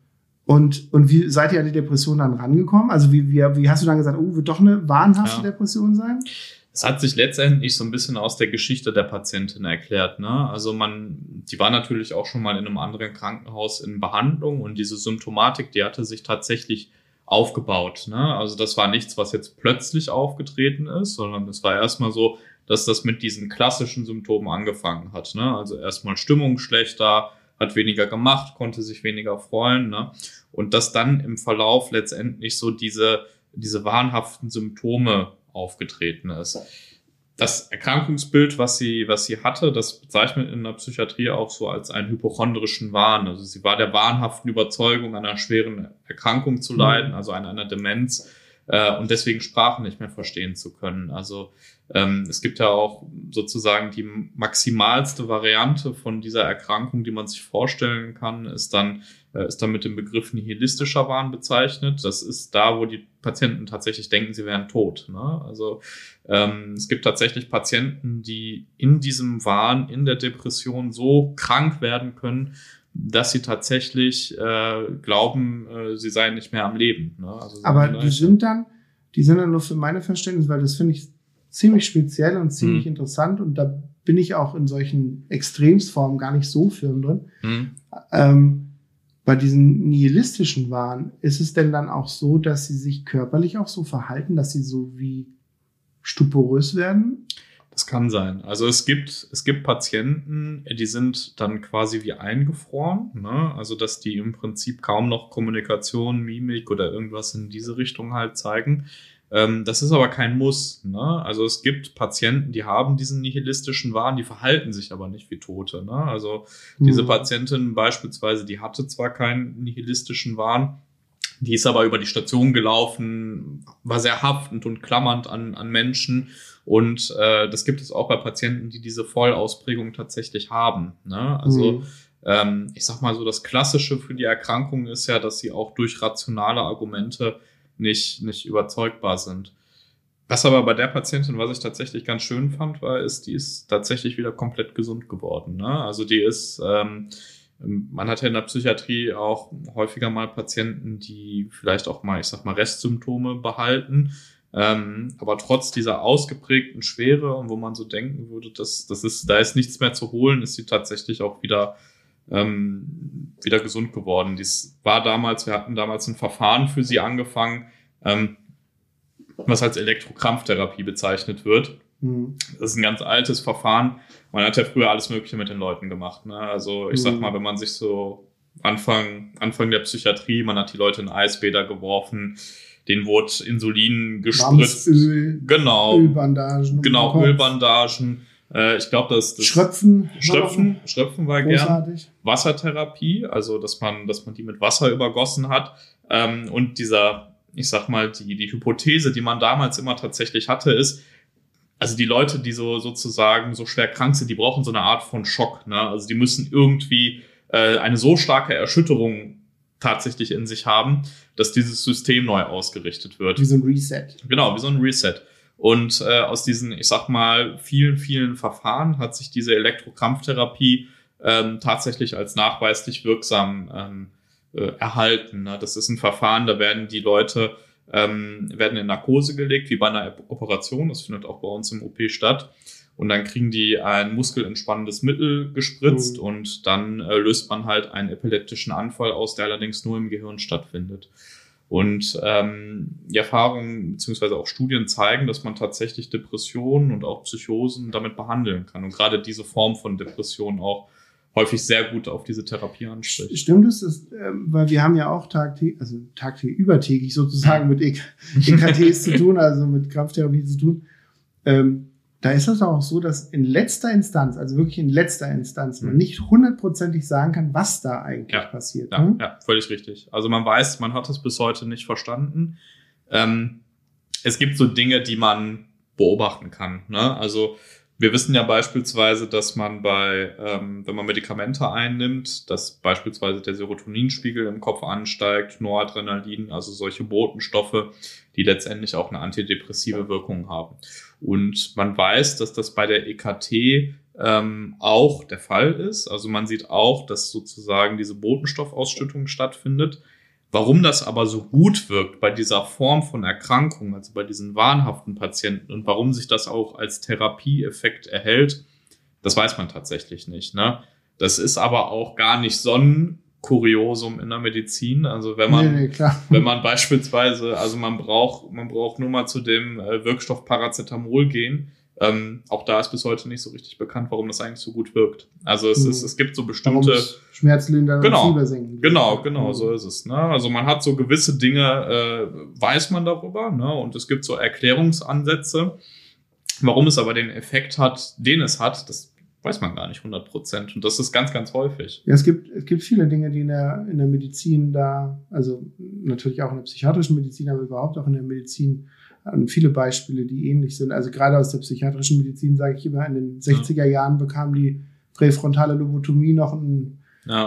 Und wie seid ihr an die Depression dann rangekommen? Also wie hast du dann gesagt, wird doch eine wahnhafte Depression sein? Es hat sich letztendlich so ein bisschen aus der Geschichte der Patientin erklärt, ne? Also die war natürlich auch schon mal in einem anderen Krankenhaus in Behandlung und diese Symptomatik, die hatte sich tatsächlich aufgebaut, ne? Also das war nichts, was jetzt plötzlich aufgetreten ist, sondern es war erstmal so, dass das mit diesen klassischen Symptomen angefangen hat, ne? Also erstmal Stimmung schlechter, hat weniger gemacht, konnte sich weniger freuen, ne? Und dass dann im Verlauf letztendlich so diese wahnhaften Symptome aufgetreten ist. Das Erkrankungsbild, was sie hatte, das bezeichnet in der Psychiatrie auch so als einen hypochondrischen Wahn. Also sie war der wahnhaften Überzeugung, an einer schweren Erkrankung zu leiden, also an einer Demenz, und deswegen Sprachen nicht mehr verstehen zu können. Also es gibt ja auch sozusagen die maximalste Variante von dieser Erkrankung, die man sich vorstellen kann, ist dann mit dem Begriff nihilistischer Wahn bezeichnet. Das ist da, wo die Patienten tatsächlich denken, sie wären tot, ne? Also es gibt tatsächlich Patienten, die in diesem Wahn, in der Depression so krank werden können, dass sie tatsächlich glauben, sie seien nicht mehr am Leben, ne? Also aber die sind dann nur für meine Verständnis, weil das finde ich ziemlich speziell und ziemlich interessant und da bin ich auch in solchen Extremsformen gar nicht so firm drin. Bei diesen nihilistischen Wahn, ist es denn dann auch so, dass sie sich körperlich auch so verhalten, dass sie so wie stuporös werden? Das kann sein. Also es gibt Patienten, die sind dann quasi wie eingefroren, ne? Also dass die im Prinzip kaum noch Kommunikation, Mimik oder irgendwas in diese Richtung halt zeigen. Das ist aber kein Muss, ne? Also es gibt Patienten, die haben diesen nihilistischen Wahn, die verhalten sich aber nicht wie Tote, ne? Also diese Patientin beispielsweise, die hatte zwar keinen nihilistischen Wahn, die ist aber über die Station gelaufen, war sehr haftend und klammernd an Menschen. Und das gibt es auch bei Patienten, die diese Vollausprägung tatsächlich haben, ne? Also ich sag mal so, das Klassische für die Erkrankung ist ja, dass sie auch durch rationale Argumente nicht überzeugbar sind. Was aber bei der Patientin, was ich tatsächlich ganz schön fand, die ist tatsächlich wieder komplett gesund geworden, ne? Also die ist, man hat ja in der Psychiatrie auch häufiger mal Patienten, die vielleicht auch mal, ich sag mal, Restsymptome behalten, aber trotz dieser ausgeprägten Schwere und wo man so denken würde, da ist nichts mehr zu holen, ist sie tatsächlich auch wieder gesund geworden. Wir hatten damals ein Verfahren für sie angefangen, was als Elektrokrampftherapie bezeichnet wird. Das ist ein ganz altes Verfahren. Man hat ja früher alles Mögliche mit den Leuten gemacht, ne? Also ich sag mal, wenn man sich so Anfang der Psychiatrie, man hat die Leute in Eisbäder geworfen, denen wurde Insulin gespritzt. Öl, genau. Ölbandagen. Genau, Ölbandagen. Ich glaube, das Schröpfen war großartig. Gern. Wassertherapie, also dass man die mit Wasser übergossen hat. Und ich sag mal, die Hypothese, die man damals immer tatsächlich hatte, ist, also die Leute, die sozusagen so schwer krank sind, die brauchen so eine Art von Schock, ne? Also die müssen irgendwie eine so starke Erschütterung tatsächlich in sich haben, dass dieses System neu ausgerichtet wird. Wie so ein Reset. Genau, wie so ein Reset. Und aus diesen, ich sag mal, vielen, vielen Verfahren hat sich diese Elektrokrampftherapie tatsächlich als nachweislich wirksam erhalten, ne? Das ist ein Verfahren, da werden die Leute werden in Narkose gelegt, wie bei einer Operation. Das findet auch bei uns im OP statt. Und dann kriegen die ein muskelentspannendes Mittel gespritzt und dann löst man halt einen epileptischen Anfall aus, der allerdings nur im Gehirn stattfindet. Und die Erfahrungen bzw. auch Studien zeigen, dass man tatsächlich Depressionen und auch Psychosen damit behandeln kann. Und gerade diese Form von Depression auch häufig sehr gut auf diese Therapie anspricht. Stimmt es, weil wir haben ja auch übertägig sozusagen mit EKTs zu tun, also mit Krampftherapie zu tun. Da ist es auch so, dass in letzter Instanz, also wirklich in letzter Instanz, man nicht hundertprozentig sagen kann, was da eigentlich passiert. Ja, völlig richtig. Also man hat es bis heute nicht verstanden. Es gibt so Dinge, die man beobachten kann, ne? Also wir wissen ja beispielsweise, dass man wenn man Medikamente einnimmt, dass beispielsweise der Serotoninspiegel im Kopf ansteigt, Noradrenalin, also solche Botenstoffe, die letztendlich auch eine antidepressive Wirkung haben. Und man weiß, dass das bei der EKT auch der Fall ist. Also man sieht auch, dass sozusagen diese Botenstoffausschüttung stattfindet. Warum das aber so gut wirkt bei dieser Form von Erkrankung, also bei diesen wahnhaften Patienten und warum sich das auch als Therapieeffekt erhält, das weiß man tatsächlich nicht, ne? Das ist aber auch gar nicht so ein Kuriosum in der Medizin. Also wenn man beispielsweise, also man braucht nur mal zu dem Wirkstoff Paracetamol gehen. Auch da ist bis heute nicht so richtig bekannt, warum das eigentlich so gut wirkt. Also es gibt so bestimmte Schmerzlindernd und Fiebersenken. Genau, so ist es. Ne? Also man hat so gewisse Dinge, weiß man darüber, ne? Und es gibt so Erklärungsansätze. Warum es aber den Effekt hat, den es hat, das weiß man gar nicht 100%. Und das ist ganz, ganz häufig. Ja, es gibt viele Dinge, die in der Medizin da, also natürlich auch in der psychiatrischen Medizin, aber überhaupt auch in der Medizin, viele Beispiele, die ähnlich sind. Also gerade aus der psychiatrischen Medizin, sage ich immer, in den 60er Jahren bekam die präfrontale Lobotomie noch einen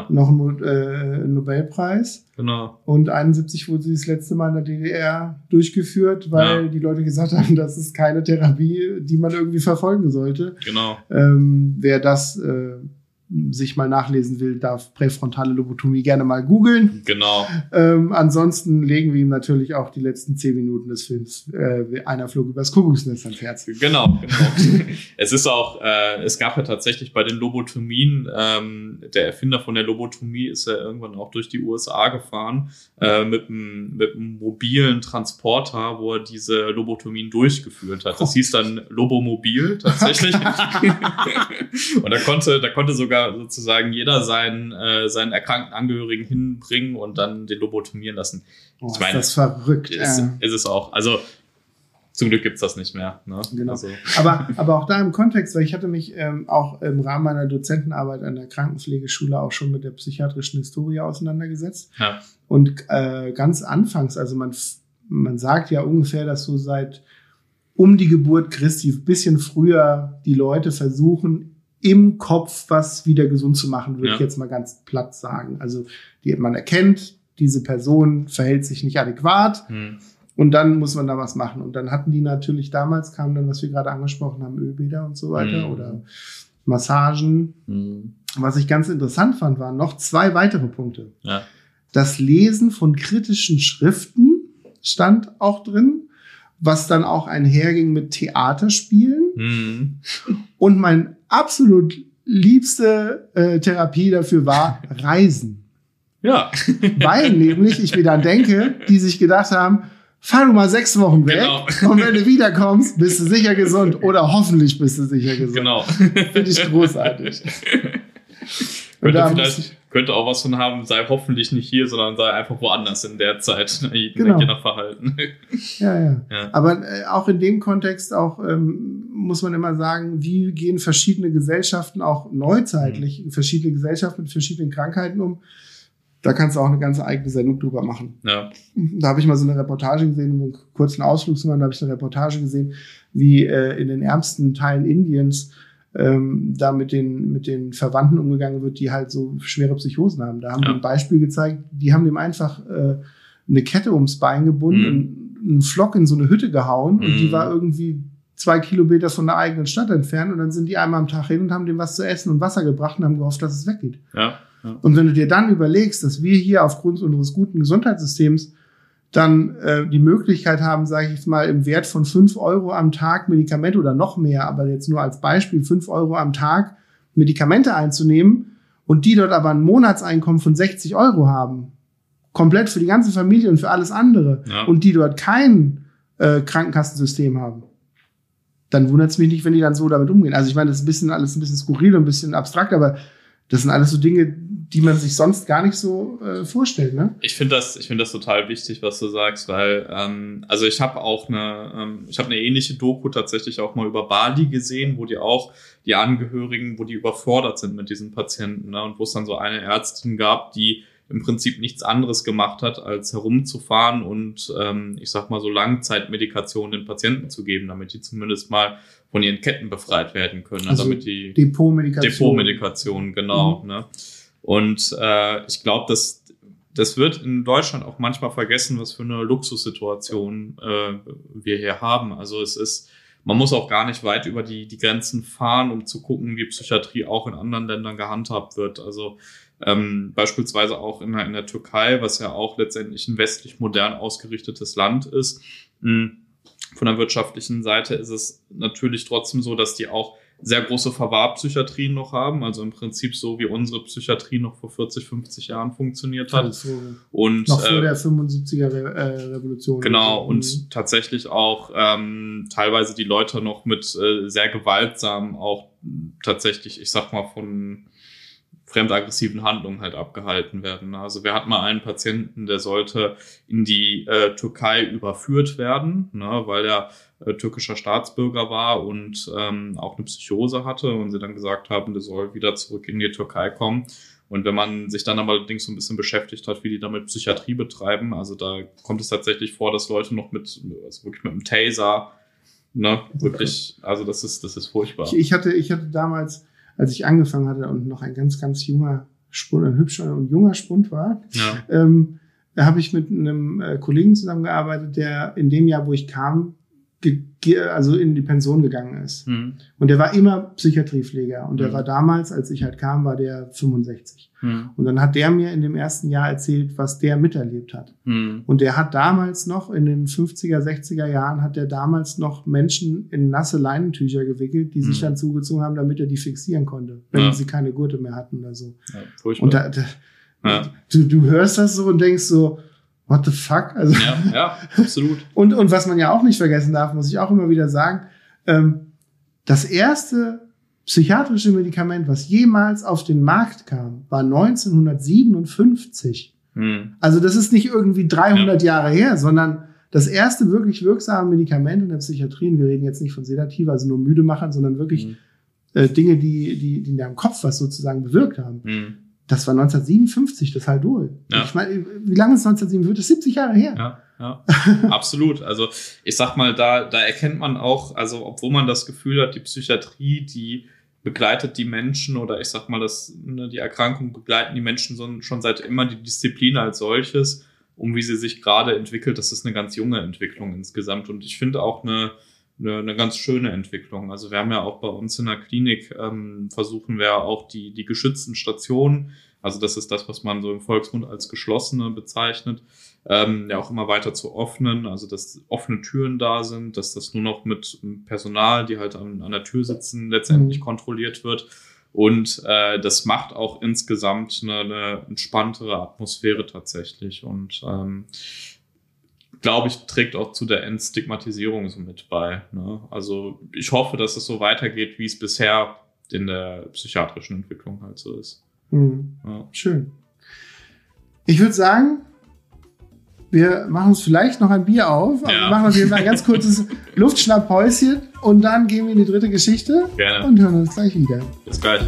Nobelpreis. Genau. Und 71 wurde sie das letzte Mal in der DDR durchgeführt, weil die Leute gesagt haben, das ist keine Therapie, die man irgendwie verfolgen sollte. Genau. Wer das sich mal nachlesen will, darf präfrontale Lobotomie gerne mal googeln. Genau. Ansonsten legen wir ihm natürlich auch die letzten 10 Minuten des Films Einer flog übers Kuckucksnest ans Herz. Genau. Es ist auch, es gab ja tatsächlich bei den Lobotomien, der Erfinder von der Lobotomie ist ja irgendwann auch durch die USA gefahren, mit einem mobilen Transporter, wo er diese Lobotomien durchgeführt hat. Das hieß dann Lobomobil tatsächlich. Und da konnte sogar sozusagen jeder seinen erkrankten Angehörigen hinbringen und dann den lobotomieren lassen. Ich meine, ist das verrückt. Ist es auch. Also zum Glück gibt's das nicht mehr. Ne? Genau. Also. Aber auch da im Kontext, weil ich hatte mich auch im Rahmen meiner Dozentenarbeit an der Krankenpflegeschule auch schon mit der psychiatrischen Historie auseinandergesetzt. Ja. Und ganz anfangs, also man sagt ja ungefähr, dass so seit um die Geburt Christi, ein bisschen früher, die Leute versuchen, im Kopf was wieder gesund zu machen, würde ich jetzt mal ganz platt sagen. Also man erkennt, diese Person verhält sich nicht adäquat und dann muss man da was machen. Und dann hatten die natürlich, damals kam dann, was wir gerade angesprochen haben, Ölbäder und so weiter oder Massagen. Was ich ganz interessant fand, waren noch 2 weitere Punkte. Ja. Das Lesen von kritischen Schriften stand auch drin, was dann auch einherging mit Theaterspielen. Und mein absolut liebste Therapie dafür war Reisen. Ja. Weil nämlich ich mir dann denke, die sich gedacht haben, fahr du mal 6 Wochen weg und wenn du wiederkommst, bist du sicher gesund oder hoffentlich bist du sicher gesund. Genau. Finde ich großartig. Könnte auch was von haben, sei hoffentlich nicht hier, sondern sei einfach woanders in der Zeit, je nach Verhalten. Ja. Aber auch in dem Kontext muss man immer sagen, wie gehen verschiedene Gesellschaften auch neuzeitlich, verschiedene Gesellschaften mit verschiedenen Krankheiten um. Da kannst du auch eine ganze eigene Sendung drüber machen. Ja. Da habe ich mal so eine Reportage gesehen, um einen kurzen Ausflug zu machen, da habe ich eine Reportage gesehen, wie in den ärmsten Teilen Indiens da mit den Verwandten umgegangen wird, die halt so schwere Psychosen haben. Da haben die ein Beispiel gezeigt, die haben dem einfach eine Kette ums Bein gebunden, einen Flock in so eine Hütte gehauen und die war irgendwie 2 Kilometer von der eigenen Stadt entfernt und dann sind die einmal am Tag hin und haben dem was zu essen und Wasser gebracht und haben gehofft, dass es weggeht. Ja. Und wenn du dir dann überlegst, dass wir hier aufgrund unseres guten Gesundheitssystems dann die Möglichkeit haben, sage ich jetzt mal, im Wert von 5 Euro am Tag Medikamente oder noch mehr, aber jetzt nur als Beispiel 5 Euro am Tag Medikamente einzunehmen und die dort aber ein Monatseinkommen von 60 Euro haben, komplett für die ganze Familie und für alles andere und die dort kein Krankenkassensystem haben, dann wundert es mich nicht, wenn die dann so damit umgehen. Also ich meine, das ist alles ein bisschen skurril und ein bisschen abstrakt, aber das sind alles so Dinge, die man sich sonst gar nicht so vorstellt, ne? Ich finde das total wichtig, was du sagst, weil also ich habe auch eine ähnliche Doku tatsächlich auch mal über Bali gesehen, wo die Angehörigen, wo die überfordert sind mit diesen Patienten, ne? Und wo es dann so eine Ärztin gab, die im Prinzip nichts anderes gemacht hat, als herumzufahren und ich sag mal so Langzeitmedikation den Patienten zu geben, damit die zumindest mal von ihren Ketten befreit werden können. Also damit die Depotmedikation, genau. Ne? Und ich glaube, das wird in Deutschland auch manchmal vergessen, was für eine Luxussituation wir hier haben. Also man muss auch gar nicht weit über die Grenzen fahren, um zu gucken, wie Psychiatrie auch in anderen Ländern gehandhabt wird. Also Beispielsweise auch in der Türkei, was ja auch letztendlich ein westlich modern ausgerichtetes Land ist. Von der wirtschaftlichen Seite ist es natürlich trotzdem so, dass die auch sehr große Verwahrpsychiatrien noch haben, also im Prinzip so, wie unsere Psychiatrie noch vor 40, 50 Jahren funktioniert hat. Also Und noch vor der 75er Revolution. Genau, und tatsächlich auch teilweise die Leute noch mit sehr gewaltsamen, auch tatsächlich, ich sag mal, von fremdaggressiven Handlungen halt abgehalten werden. Also wir hatten mal einen Patienten, der sollte in die Türkei überführt werden, ne, weil er türkischer Staatsbürger war und auch eine Psychose hatte und sie dann gesagt haben, der soll wieder zurück in die Türkei kommen. Und wenn man sich dann aber allerdings so ein bisschen beschäftigt hat, wie die damit Psychiatrie betreiben, also da kommt es tatsächlich vor, dass Leute noch wirklich mit einem Taser, ne, wirklich, also das ist furchtbar. Ich hatte damals, als ich angefangen hatte und noch ein ganz, ganz junger Spund, ein hübscher und junger Spund war, da habe ich mit einem Kollegen zusammengearbeitet, der in dem Jahr, wo ich kam, also in die Pension gegangen ist. Mhm. Und der war immer Psychiatriepfleger. Und der war damals, als ich halt kam, war der 65. Mhm. Und dann hat der mir in dem ersten Jahr erzählt, was der miterlebt hat. Mhm. Und der hat damals noch, in den 50er, 60er Jahren, hat der damals noch Menschen in nasse Leinentücher gewickelt, die sich dann zugezogen haben, damit er die fixieren konnte, wenn sie keine Gurte mehr hatten oder so. Ja, furchtbar. Und du hörst das so und denkst so, what the fuck? Also ja, absolut. und was man ja auch nicht vergessen darf, muss ich auch immer wieder sagen, das erste psychiatrische Medikament, was jemals auf den Markt kam, war 1957. Also das ist nicht irgendwie 300 Jahre her, sondern das erste wirklich wirksame Medikament in der Psychiatrie, und wir reden jetzt nicht von Sedativa, also nur müde machen, sondern wirklich Dinge, die in deinem Kopf was sozusagen bewirkt haben. Das war 1957, das Haldol. Ja. Ich meine, wie lange ist 1957? Das ist 70 Jahre her. Ja, absolut. Also ich sag mal, da erkennt man auch, also obwohl man das Gefühl hat, die Psychiatrie, die begleitet die Menschen, oder ich sag mal, die Erkrankung begleiten die Menschen schon seit immer, die Disziplin als solches, wie sie sich gerade entwickelt, das ist eine ganz junge Entwicklung insgesamt. Und ich finde auch eine ganz schöne Entwicklung. Also wir haben ja auch bei uns in der Klinik, versuchen wir auch die geschützten Stationen, also das ist das, was man so im Volksmund als geschlossene bezeichnet, ja auch immer weiter zu öffnen, also dass offene Türen da sind, dass das nur noch mit Personal, die halt an der Tür sitzen, letztendlich kontrolliert wird. Und das macht auch insgesamt eine entspanntere Atmosphäre tatsächlich. Und glaube ich, trägt auch zu der Entstigmatisierung so mit bei. Ne? Also ich hoffe, dass es so weitergeht, wie es bisher in der psychiatrischen Entwicklung halt so ist. Ja. Schön. Ich würde sagen, wir machen uns vielleicht noch ein Bier auf, aber wir machen auf jeden Fall ein ganz kurzes Luftschnapphäuschen und dann gehen wir in die dritte Geschichte. Gerne. Und hören uns gleich wieder. Bis gleich.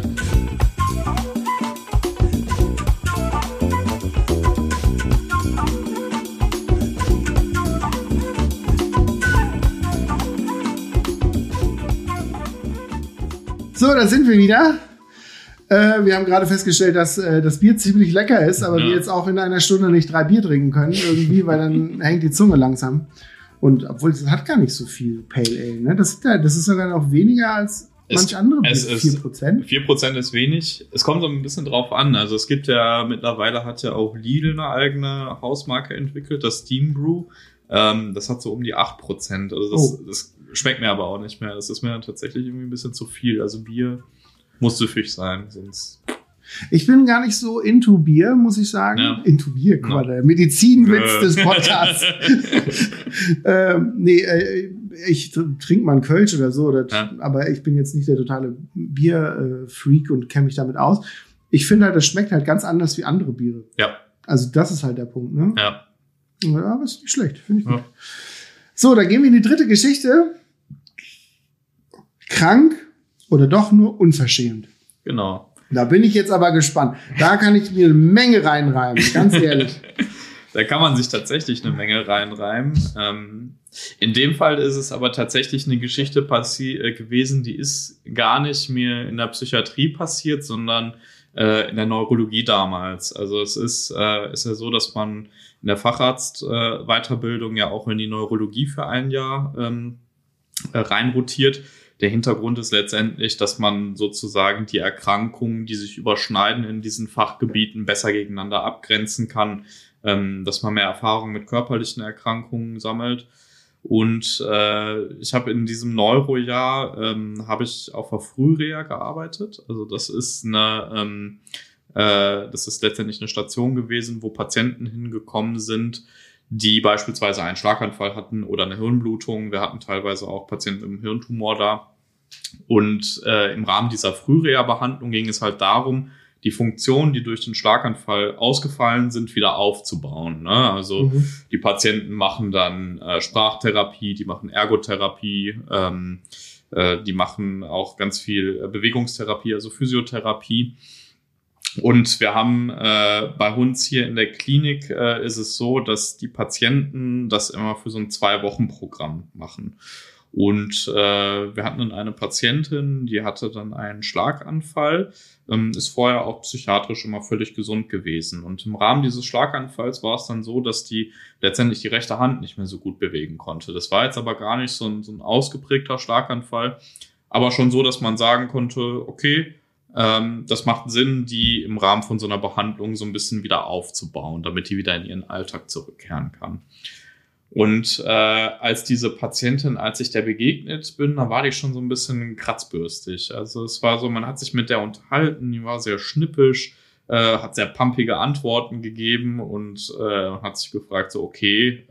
So, da sind wir wieder. Wir haben gerade festgestellt, dass das Bier ziemlich lecker ist, aber wir jetzt auch in einer Stunde nicht 3 Bier trinken können irgendwie, weil dann hängt die Zunge langsam. Und obwohl es hat gar nicht so viel Pale Ale, ne? Das ist sogar noch weniger als manche andere Bier. 4%. 4% ist wenig. Es kommt so ein bisschen drauf an. Also es gibt ja, mittlerweile hat ja auch Lidl eine eigene Hausmarke entwickelt, das Steam Brew. Das hat so um die 8%. Also das schmeckt mir aber auch nicht mehr. Das ist mir dann tatsächlich irgendwie ein bisschen zu viel. Also Bier muss süffig sein, sonst. Ich bin gar nicht so into Bier, muss ich sagen. Ja. Into Bier, der Medizinwitz des Podcasts. Ich trinke mal einen Kölsch oder so, aber ich bin jetzt nicht der totale Bier-Freak und kenne mich damit aus. Ich finde halt, das schmeckt halt ganz anders wie andere Biere. Ja. Also das ist halt der Punkt, ne? Ja. Ja, aber ist nicht schlecht, finde ich gut. So, dann gehen wir in die dritte Geschichte. Krank oder doch nur unverschämt. Genau. Da bin ich jetzt aber gespannt. Da kann ich mir eine Menge reinreimen, ganz ehrlich. Da kann man sich tatsächlich eine Menge reinreimen. In dem Fall ist es aber tatsächlich eine Geschichte gewesen, die ist gar nicht mehr in der Psychiatrie passiert, sondern in der Neurologie damals. Also es ist ja so, dass man in der Facharztweiterbildung ja auch in die Neurologie für ein Jahr reinrotiert. Der Hintergrund ist letztendlich, dass man sozusagen die Erkrankungen, die sich überschneiden in diesen Fachgebieten, besser gegeneinander abgrenzen kann, dass man mehr Erfahrung mit körperlichen Erkrankungen sammelt. Und ich habe in diesem Neurojahr habe ich auf der Frühreha gearbeitet. Also das ist letztendlich eine Station gewesen, wo Patienten hingekommen sind, die beispielsweise einen Schlaganfall hatten oder eine Hirnblutung. Wir hatten teilweise auch Patienten mit einem Hirntumor da. Und im Rahmen dieser Frühreha-Behandlung ging es halt darum, die Funktionen, die durch den Schlaganfall ausgefallen sind, wieder aufzubauen. Ne? Also die Patienten machen dann Sprachtherapie, die machen Ergotherapie, die machen auch ganz viel Bewegungstherapie, also Physiotherapie. Und wir haben bei uns hier in der Klinik ist es so, dass die Patienten das immer für so ein 2-Wochen-Programm machen. Und wir hatten dann eine Patientin, die hatte dann einen Schlaganfall, ist vorher auch psychiatrisch immer völlig gesund gewesen. Und im Rahmen dieses Schlaganfalls war es dann so, dass die letztendlich die rechte Hand nicht mehr so gut bewegen konnte. Das war jetzt aber gar nicht so ein ausgeprägter Schlaganfall, aber schon so, dass man sagen konnte, okay, das macht Sinn, die im Rahmen von so einer Behandlung so ein bisschen wieder aufzubauen, damit die wieder in ihren Alltag zurückkehren kann. Und als ich der begegnet bin, da war die schon so ein bisschen kratzbürstig. Also es war so, man hat sich mit der unterhalten, die war sehr schnippisch, hat sehr pumpige Antworten gegeben und hat sich gefragt, so okay,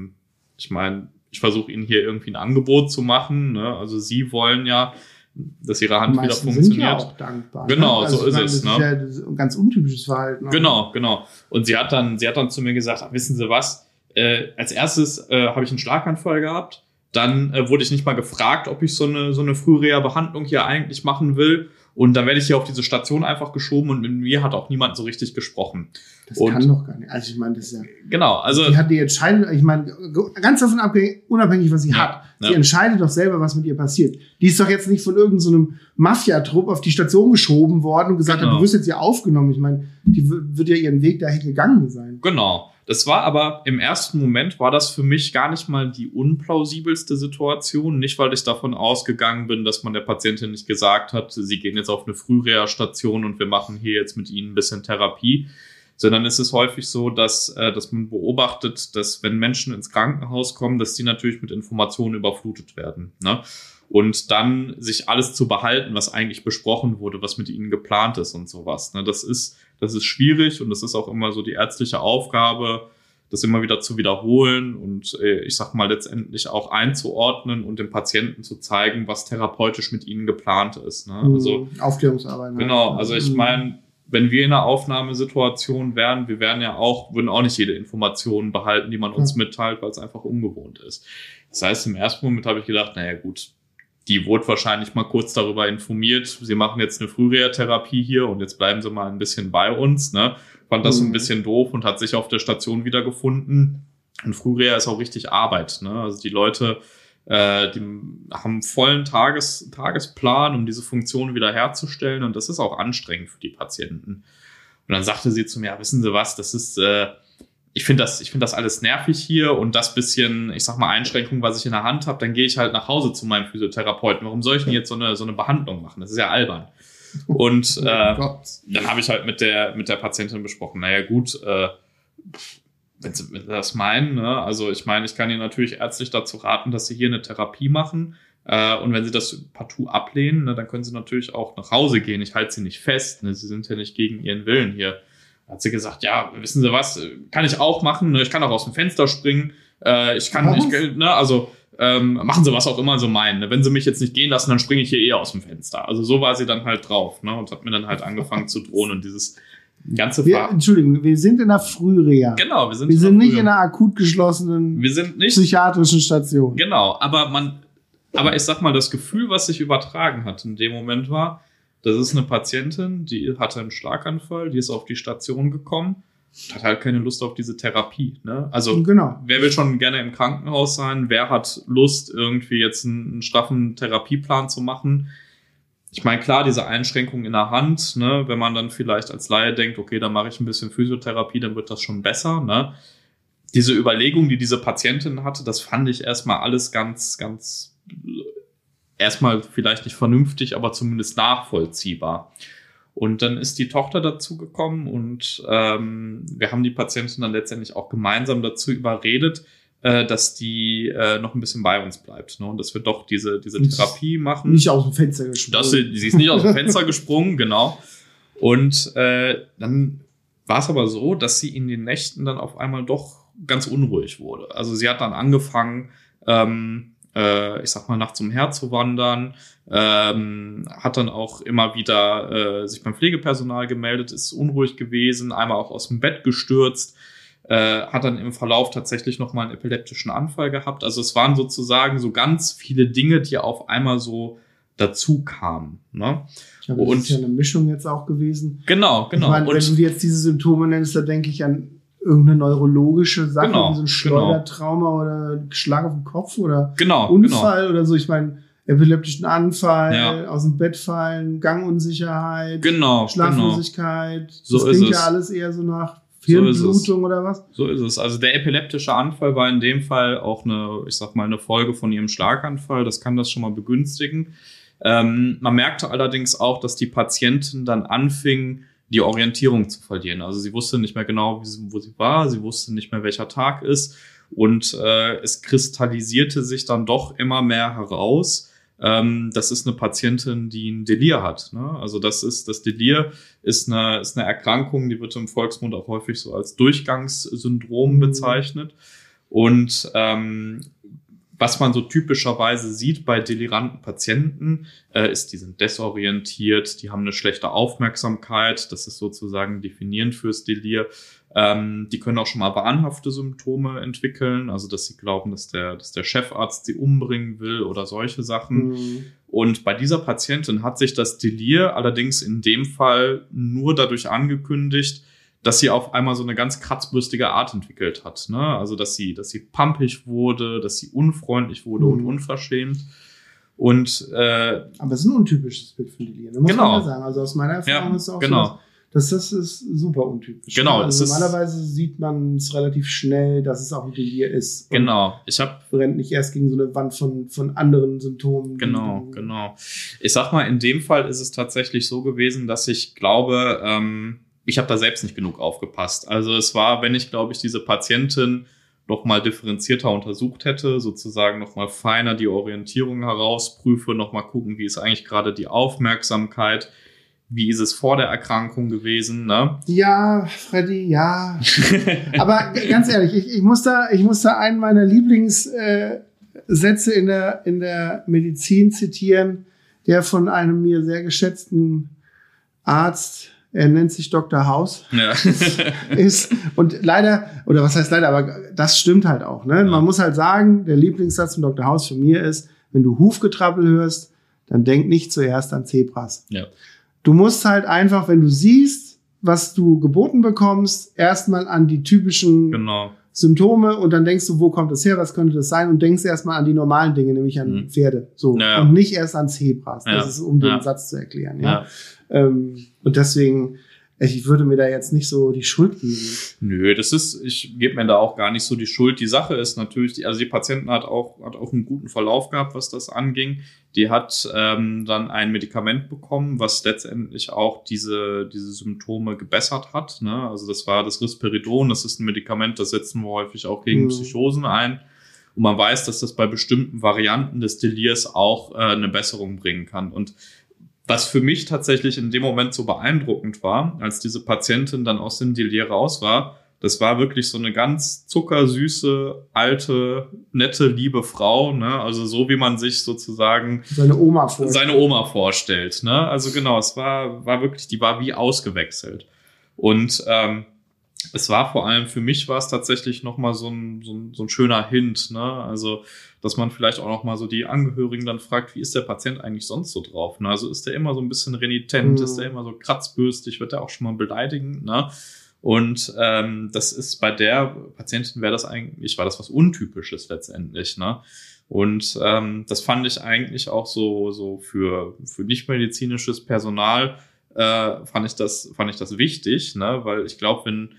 ich meine, ich versuche ihnen hier irgendwie ein Angebot zu machen, ne? Also sie wollen ja, dass ihre Hand wieder funktioniert. Sind ja auch dankbar. Genau, ne? Also so ist es. Das ist ein ganz untypisches Verhalten. Genau. Und sie hat dann zu mir gesagt, wissen Sie was, als erstes habe ich einen Schlaganfall gehabt, dann wurde ich nicht mal gefragt, ob ich so eine Frühreha-Behandlung hier eigentlich machen will. Und dann werde ich hier auf diese Station einfach geschoben und mit mir hat auch niemand so richtig gesprochen. Das kann doch gar nicht. Also ich meine, das ist ja... Genau, also... Die hat die Entscheidung, ich meine, ganz davon unabhängig, was sie hat. Sie entscheidet doch selber, was mit ihr passiert. Die ist doch jetzt nicht von irgendeinem so Mafia-Trupp auf die Station geschoben worden und gesagt hat, du wirst jetzt hier aufgenommen. Ich meine, die wird ja ihren Weg dahin gegangen sein. Genau. Das war aber im ersten Moment war das für mich gar nicht mal die unplausibelste Situation. Nicht, weil ich davon ausgegangen bin, dass man der Patientin nicht gesagt hat, sie gehen jetzt auf eine Frühreha-Station und wir machen hier jetzt mit ihnen ein bisschen Therapie. Sondern es ist häufig so, dass man beobachtet, dass wenn Menschen ins Krankenhaus kommen, dass die natürlich mit Informationen überflutet werden. Ne? Und dann sich alles zu behalten, was eigentlich besprochen wurde, was mit ihnen geplant ist und sowas. Ne? Das ist schwierig und das ist auch immer so die ärztliche Aufgabe, das immer wieder zu wiederholen und ich sag mal letztendlich auch einzuordnen und dem Patienten zu zeigen, was therapeutisch mit ihnen geplant ist. Ne? Also Aufklärungsarbeit. Genau, also ich meine, wenn wir in einer Aufnahmesituation wären, würden auch nicht jede Information behalten, die man uns mitteilt, weil es einfach ungewohnt ist. Das heißt, im ersten Moment habe ich gedacht, naja gut, die wurde wahrscheinlich mal kurz darüber informiert, sie machen jetzt eine Frühreha-Therapie hier und jetzt bleiben sie mal ein bisschen bei uns. Ne? Fand das so ein bisschen doof und hat sich auf der Station wiedergefunden. Und Frühreha ist auch richtig Arbeit. Ne? Also die Leute, die haben einen vollen Tagesplan, um diese Funktion wieder herzustellen und das ist auch anstrengend für die Patienten. Und dann sagte sie zu mir, ja, wissen Sie was, das ist... Ich finde das alles nervig hier und das bisschen, ich sag mal, Einschränkung, was ich in der Hand habe, dann gehe ich halt nach Hause zu meinem Physiotherapeuten. Warum soll ich denn jetzt so eine Behandlung machen? Das ist ja albern. Und dann habe ich halt mit der Patientin besprochen, naja gut, wenn Sie das meinen, ne? Also ich meine, ich kann Ihnen natürlich ärztlich dazu raten, dass Sie hier eine Therapie machen. Und wenn Sie das partout ablehnen, ne, dann können Sie natürlich auch nach Hause gehen. Ich halte Sie nicht fest. Ne? Sie sind ja nicht gegen Ihren Willen hier. Hat sie gesagt, ja, wissen Sie was, kann ich auch machen, ne? Ich kann auch aus dem Fenster springen, machen Sie was auch immer so meinen, ne? Wenn Sie mich jetzt nicht gehen lassen, dann springe ich hier eher aus dem Fenster. Also so war sie dann halt drauf, ne? Und hat mir dann halt angefangen zu drohen und dieses ganze Entschuldigung, wir sind in der Frühreha. Genau, wir sind nicht in einer akut geschlossenen psychiatrischen Station. Genau, aber ich sag mal, das Gefühl, was sich übertragen hat in dem Moment war, das ist eine Patientin, die hatte einen Schlaganfall, die ist auf die Station gekommen, hat halt keine Lust auf diese Therapie. Ne? Also Wer will schon gerne im Krankenhaus sein? Wer hat Lust, irgendwie jetzt einen straffen Therapieplan zu machen? Ich meine, klar, diese Einschränkung in der Hand, ne, wenn man dann vielleicht als Laie denkt, okay, dann mache ich ein bisschen Physiotherapie, dann wird das schon besser. Ne? Diese Überlegung, die diese Patientin hatte, das fand ich erstmal alles ganz, ganz erstmal vielleicht nicht vernünftig, aber zumindest nachvollziehbar. Und dann ist die Tochter dazu gekommen und wir haben die Patientin dann letztendlich auch gemeinsam dazu überredet, dass die noch ein bisschen bei uns bleibt, ne? Und dass wir doch diese Therapie machen. Nicht aus dem Fenster gesprungen. Sie ist nicht aus dem Fenster gesprungen, genau. Und dann war es aber so, dass sie in den Nächten dann auf einmal doch ganz unruhig wurde. Also sie hat dann angefangen, ich sag mal, nachts umherzuwandern, hat dann auch immer wieder sich beim Pflegepersonal gemeldet, ist unruhig gewesen, einmal auch aus dem Bett gestürzt, hat dann im Verlauf tatsächlich nochmal einen epileptischen Anfall gehabt. Also es waren sozusagen so ganz viele Dinge, die auf einmal so dazu kamen. Ne? Aber das ist ja eine Mischung jetzt auch gewesen. Genau. Ich meine, wenn du jetzt diese Symptome nennst, da denke ich an irgendeine neurologische Sache, wie so ein Schleudertrauma oder Schlag auf den Kopf oder Unfall oder so. Ich meine, epileptischen Anfall, aus dem Bett fallen, Gangunsicherheit, Schlaflosigkeit. So das klingt ja alles eher so nach Hirnblutung oder was? So ist es. Also der epileptische Anfall war in dem Fall auch eine Folge von ihrem Schlaganfall. Das kann das schon mal begünstigen. Man merkte allerdings auch, dass die Patientin dann anfing, die Orientierung zu verlieren. Also sie wusste nicht mehr genau, wo sie war. Sie wusste nicht mehr, welcher Tag ist. Und es kristallisierte sich dann doch immer mehr heraus. Das ist eine Patientin, die ein Delir hat. Ne? Also das Delir ist eine Erkrankung, die wird im Volksmund auch häufig so als Durchgangssyndrom bezeichnet. Und was man so typischerweise sieht bei deliranten Patienten, ist, die sind desorientiert, die haben eine schlechte Aufmerksamkeit, das ist sozusagen definierend fürs Delir. Die können auch schon mal wahnhafte Symptome entwickeln, also dass sie glauben, dass der Chefarzt sie umbringen will oder solche Sachen. Und bei dieser Patientin hat sich das Delir allerdings in dem Fall nur dadurch angekündigt, dass sie auf einmal so eine ganz kratzbürstige Art entwickelt hat, ne? Also dass sie pampig wurde, dass sie unfreundlich wurde und unverschämt. Und aber es ist ein untypisches Bild für Delir, ne? Muss man ja sagen. Also aus meiner Erfahrung ist es auch so, das ist super untypisch. Genau. Also normalerweise sieht man es relativ schnell, dass es auch ein Delir ist. Genau. Rennt nicht erst gegen so eine Wand von anderen Symptomen. Genau. Ich sag mal, in dem Fall ist es tatsächlich so gewesen, dass ich glaube, ich habe da selbst nicht genug aufgepasst. Also es war, wenn ich, glaube ich, diese Patientin noch mal differenzierter untersucht hätte, sozusagen noch mal feiner die Orientierung herausprüfe, noch mal gucken, wie ist eigentlich gerade die Aufmerksamkeit, wie ist es vor der Erkrankung gewesen, ne? Ja, Freddy, ja. Aber ganz ehrlich, ich muss da einen meiner Lieblingssätze in der Medizin zitieren, der von einem mir sehr geschätzten Arzt, er nennt sich Dr. House, ist. Und leider, oder was heißt leider, aber das stimmt halt auch, ne? Ja. Man muss halt sagen, der Lieblingssatz von Dr. House für mir ist, wenn du Hufgetrappel hörst, dann denk nicht zuerst an Zebras. Ja. Du musst halt einfach, wenn du siehst, was du geboten bekommst, erstmal an die typischen Symptome und dann denkst du, wo kommt das her, was könnte das sein und denkst erstmal an die normalen Dinge, nämlich an Pferde. So. Ja. Und nicht erst an Zebras. Das ist, um den Satz zu erklären. Ja. Und deswegen, ich würde mir da jetzt nicht so die Schuld geben. Nö, ich gebe mir da auch gar nicht so die Schuld. Die Sache ist natürlich, die Patientin hat auch einen guten Verlauf gehabt, was das anging. Die hat dann ein Medikament bekommen, was letztendlich auch diese Symptome gebessert hat. Ne? Also das war das Risperidon, das ist ein Medikament, das setzen wir häufig auch gegen Psychosen ein. Und man weiß, dass das bei bestimmten Varianten des Delirs auch eine Besserung bringen kann. Und was für mich tatsächlich in dem Moment so beeindruckend war, als diese Patientin dann aus dem Delir raus war, das war wirklich so eine ganz zuckersüße, alte, nette, liebe Frau, ne? Also so wie man sich sozusagen seine Oma vorstellt, ne? Also genau, es war wirklich, die war wie ausgewechselt. Und es war vor allem, für mich war es tatsächlich nochmal so ein schöner Hint, ne? Also, dass man vielleicht auch nochmal so die Angehörigen dann fragt, wie ist der Patient eigentlich sonst so drauf? Ne? Also ist der immer so ein bisschen renitent, ist der immer so kratzbürstig, wird der auch schon mal beleidigend, ne? Und das ist bei der Patientin war das was Untypisches letztendlich, ne? Und das fand ich eigentlich auch so für nicht-medizinisches Personal fand ich das wichtig, ne? Weil ich glaube,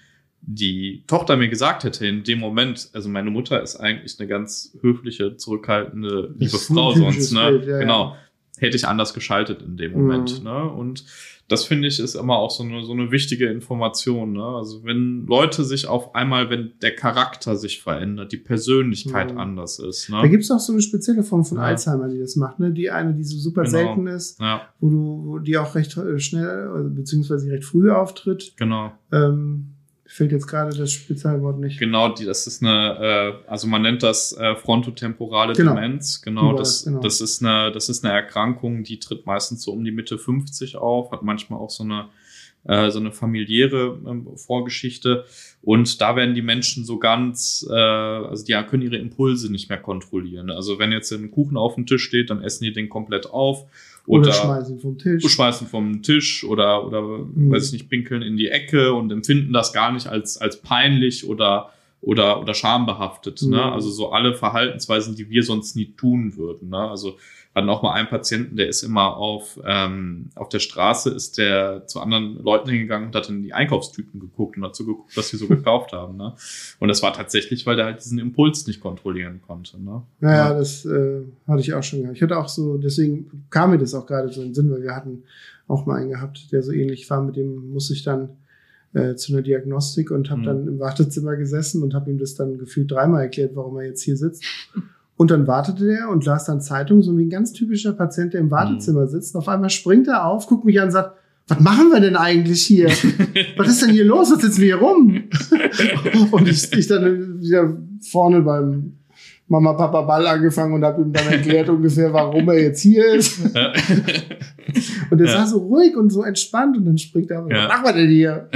die Tochter mir gesagt hätte in dem Moment, also meine Mutter ist eigentlich eine ganz höfliche, zurückhaltende, liebe Frau sonst, ne? Bild, ja, genau. Hätte ich anders geschaltet in dem Moment, ne? Und das finde ich ist immer auch so eine wichtige Information, ne? Also wenn Leute sich auf einmal, wenn der Charakter sich verändert, die Persönlichkeit anders ist, ne? Da gibt es auch so eine spezielle Form von Alzheimer, die das macht, ne? Die so super selten ist, wo die auch recht schnell, beziehungsweise recht früh auftritt. Genau. Fällt jetzt gerade das Spezialwort nicht. Genau, das ist also man nennt das frontotemporale Demenz. Genau, das ist eine Erkrankung, die tritt meistens so um die Mitte 50 auf, hat manchmal auch so eine familiäre Vorgeschichte. Und da werden die Menschen so ganz, also die können ihre Impulse nicht mehr kontrollieren. Also wenn jetzt ein Kuchen auf dem Tisch steht, dann essen die den komplett auf. Oder schmeißen vom Tisch. Schmeißen vom Tisch oder weiß ich nicht, pinkeln in die Ecke und empfinden das gar nicht als peinlich oder schambehaftet. Ne? Also so alle Verhaltensweisen, die wir sonst nie tun würden. Ne? Also hatten auch mal einen Patienten, der ist immer auf der Straße, ist der zu anderen Leuten hingegangen und hat in die Einkaufstüten geguckt und dazu geguckt, was sie so gekauft haben. Ne? Und das war tatsächlich, weil der halt diesen Impuls nicht kontrollieren konnte. Ne? Ja, das hatte ich auch schon gehabt. Ich hatte auch so, deswegen kam mir das auch gerade so in den Sinn, weil wir hatten auch mal einen gehabt, der so ähnlich war, mit dem musste ich dann zu einer Diagnostik und habe dann im Wartezimmer gesessen und habe ihm das dann gefühlt 3-mal erklärt, warum er jetzt hier sitzt. Und dann wartete er und las dann Zeitung, so wie ein ganz typischer Patient, der im Wartezimmer sitzt. Und auf einmal springt er auf, guckt mich an und sagt, was machen wir denn eigentlich hier? Was ist denn hier los? Was sitzen wir hier rum? Und ich dann wieder vorne beim Mama-Papa-Ball angefangen und habe ihm dann erklärt ungefähr, warum er jetzt hier ist. Und er sah so ruhig und so entspannt und dann springt er auf, was machen wir denn hier?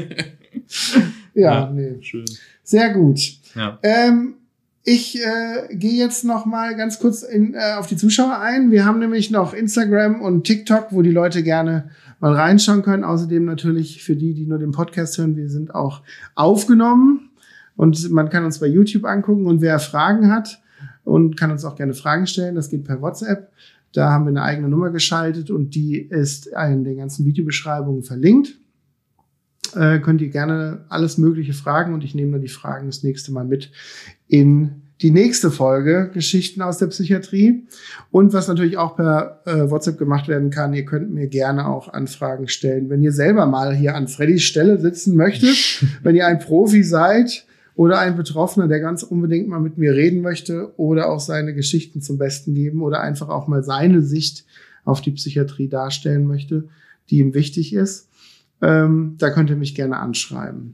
Nee. Schön. Sehr gut. Ja. Ich gehe jetzt noch mal ganz kurz auf die Zuschauer ein. Wir haben nämlich noch Instagram und TikTok, wo die Leute gerne mal reinschauen können. Außerdem natürlich für die nur den Podcast hören, wir sind auch aufgenommen und man kann uns bei YouTube angucken. Und wer Fragen hat und kann uns auch gerne Fragen stellen, das geht per WhatsApp. Da haben wir eine eigene Nummer geschaltet und die ist in den ganzen Videobeschreibungen verlinkt. Könnt ihr gerne alles Mögliche fragen und ich nehme dann die Fragen das nächste Mal mit in die nächste Folge Geschichten aus der Psychiatrie. Und was natürlich auch per WhatsApp gemacht werden kann, ihr könnt mir gerne auch Anfragen stellen, wenn ihr selber mal hier an Freddys Stelle sitzen möchtet, wenn ihr ein Profi seid oder ein Betroffener, der ganz unbedingt mal mit mir reden möchte oder auch seine Geschichten zum Besten geben oder einfach auch mal seine Sicht auf die Psychiatrie darstellen möchte, die ihm wichtig ist. Da könnt ihr mich gerne anschreiben.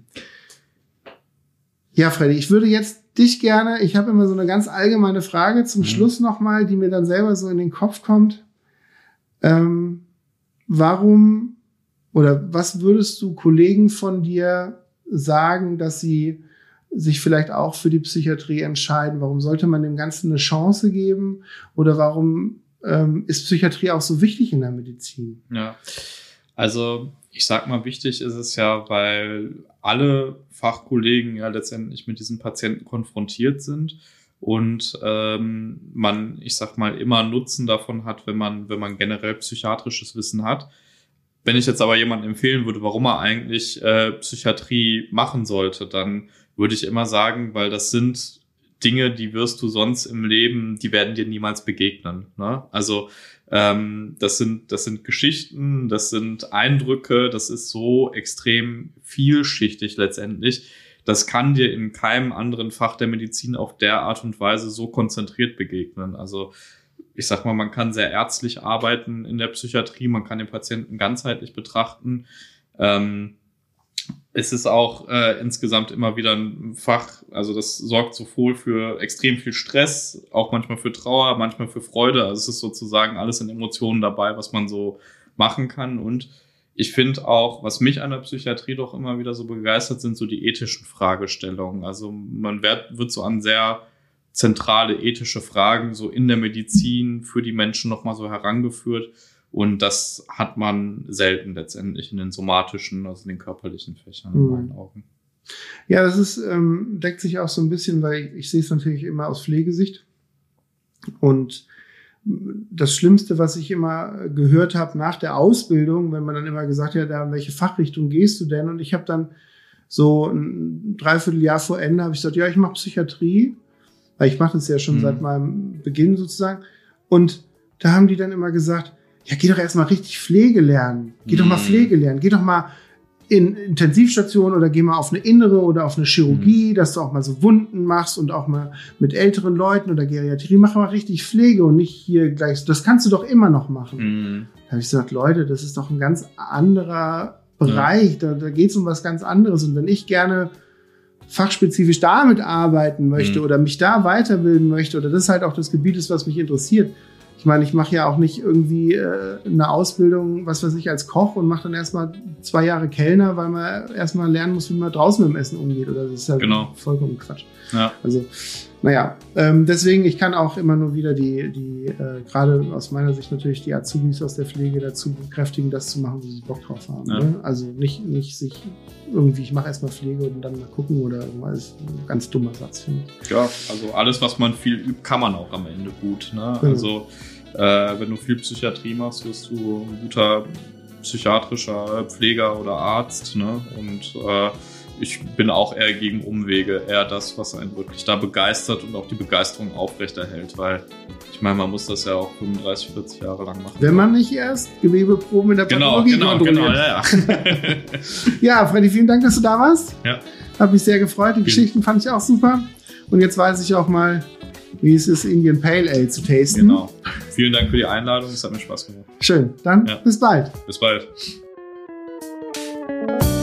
Ja, Freddy, ich würde jetzt dich gerne, ich habe immer so eine ganz allgemeine Frage zum Schluss nochmal, die mir dann selber so in den Kopf kommt. Warum oder was würdest du Kollegen von dir sagen, dass sie sich vielleicht auch für die Psychiatrie entscheiden? Warum sollte man dem Ganzen eine Chance geben? Oder warum ist Psychiatrie auch so wichtig in der Medizin? Ja, also ich sag mal, wichtig ist es ja, weil alle Fachkollegen ja letztendlich mit diesen Patienten konfrontiert sind und man, ich sag mal, immer Nutzen davon hat, wenn man generell psychiatrisches Wissen hat. Wenn ich jetzt aber jemandem empfehlen würde, warum er eigentlich Psychiatrie machen sollte, dann würde ich immer sagen, weil das sind Dinge, die wirst du sonst im Leben, die werden dir niemals begegnen. Ne? Also das sind Geschichten, das sind Eindrücke, das ist so extrem vielschichtig letztendlich. Das kann dir in keinem anderen Fach der Medizin auf der Art und Weise so konzentriert begegnen. Also ich sag mal, man kann sehr ärztlich arbeiten in der Psychiatrie, man kann den Patienten ganzheitlich betrachten. Es ist auch insgesamt immer wieder ein Fach, also das sorgt sowohl für extrem viel Stress, auch manchmal für Trauer, manchmal für Freude. Also es ist sozusagen alles in Emotionen dabei, was man so machen kann. Und ich finde auch, was mich an der Psychiatrie doch immer wieder so begeistert, sind so die ethischen Fragestellungen. Also man wird so an sehr zentrale ethische Fragen so in der Medizin für die Menschen nochmal so herangeführt. Und das hat man selten letztendlich in den somatischen, also in den körperlichen Fächern in meinen Augen. Ja, das ist, deckt sich auch so ein bisschen, weil ich sehe es natürlich immer aus Pflegesicht. Und das Schlimmste, was ich immer gehört habe nach der Ausbildung, wenn man dann immer gesagt hat, ja, in welche Fachrichtung gehst du denn? Und ich habe dann so ein Dreivierteljahr vor Ende habe ich gesagt, ja, ich mache Psychiatrie. Weil ich mache das ja schon seit meinem Beginn sozusagen. Und da haben die dann immer gesagt, ja, geh doch erstmal richtig Pflege lernen. Geh doch mal Pflege lernen. Geh doch mal in Intensivstation oder geh mal auf eine Innere oder auf eine Chirurgie, dass du auch mal so Wunden machst und auch mal mit älteren Leuten oder Geriatrie. Mach mal richtig Pflege und nicht hier gleich. Das kannst du doch immer noch machen. Da habe ich gesagt, Leute, das ist doch ein ganz anderer Bereich. Da geht es um was ganz anderes. Und wenn ich gerne fachspezifisch damit arbeiten möchte oder mich da weiterbilden möchte oder das halt auch das Gebiet ist, was mich interessiert. Ich meine, ich mache ja auch nicht irgendwie eine Ausbildung, was weiß ich, als Koch und mache dann erstmal 2 Jahre Kellner, weil man erstmal lernen muss, wie man draußen mit dem Essen umgeht. Oder das ist halt vollkommen Quatsch. Ja. Also, naja, deswegen, ich kann auch immer nur wieder die gerade aus meiner Sicht natürlich die Azubis aus der Pflege dazu bekräftigen, das zu machen, wo sie Bock drauf haben. Ja. Ne? Also nicht sich irgendwie, ich mache erstmal Pflege und dann mal gucken oder irgendwas. Ein ganz dummer Satz, finde ich. Ja, also alles, was man viel übt, kann man auch am Ende gut. Ne? Also wenn du viel Psychiatrie machst, wirst du ein guter psychiatrischer Pfleger oder Arzt. Ne? Und ich bin auch eher gegen Umwege, eher das, was einen wirklich da begeistert und auch die Begeisterung aufrechterhält, weil ich meine, man muss das ja auch 35, 40 Jahre lang machen. Wenn man nicht erst Gewebeproben in der Pathologie kontrolliert. Genau, ja. Ja, Freddy, vielen Dank, dass du da warst. Ja. Hat mich sehr gefreut. Die Geschichten fand ich auch super. Und jetzt weiß ich auch mal, wie es ist, Indian Pale Ale zu tasten. Genau. Vielen Dank für die Einladung. Es hat mir Spaß gemacht. Schön. Dann bis bald. Bis bald.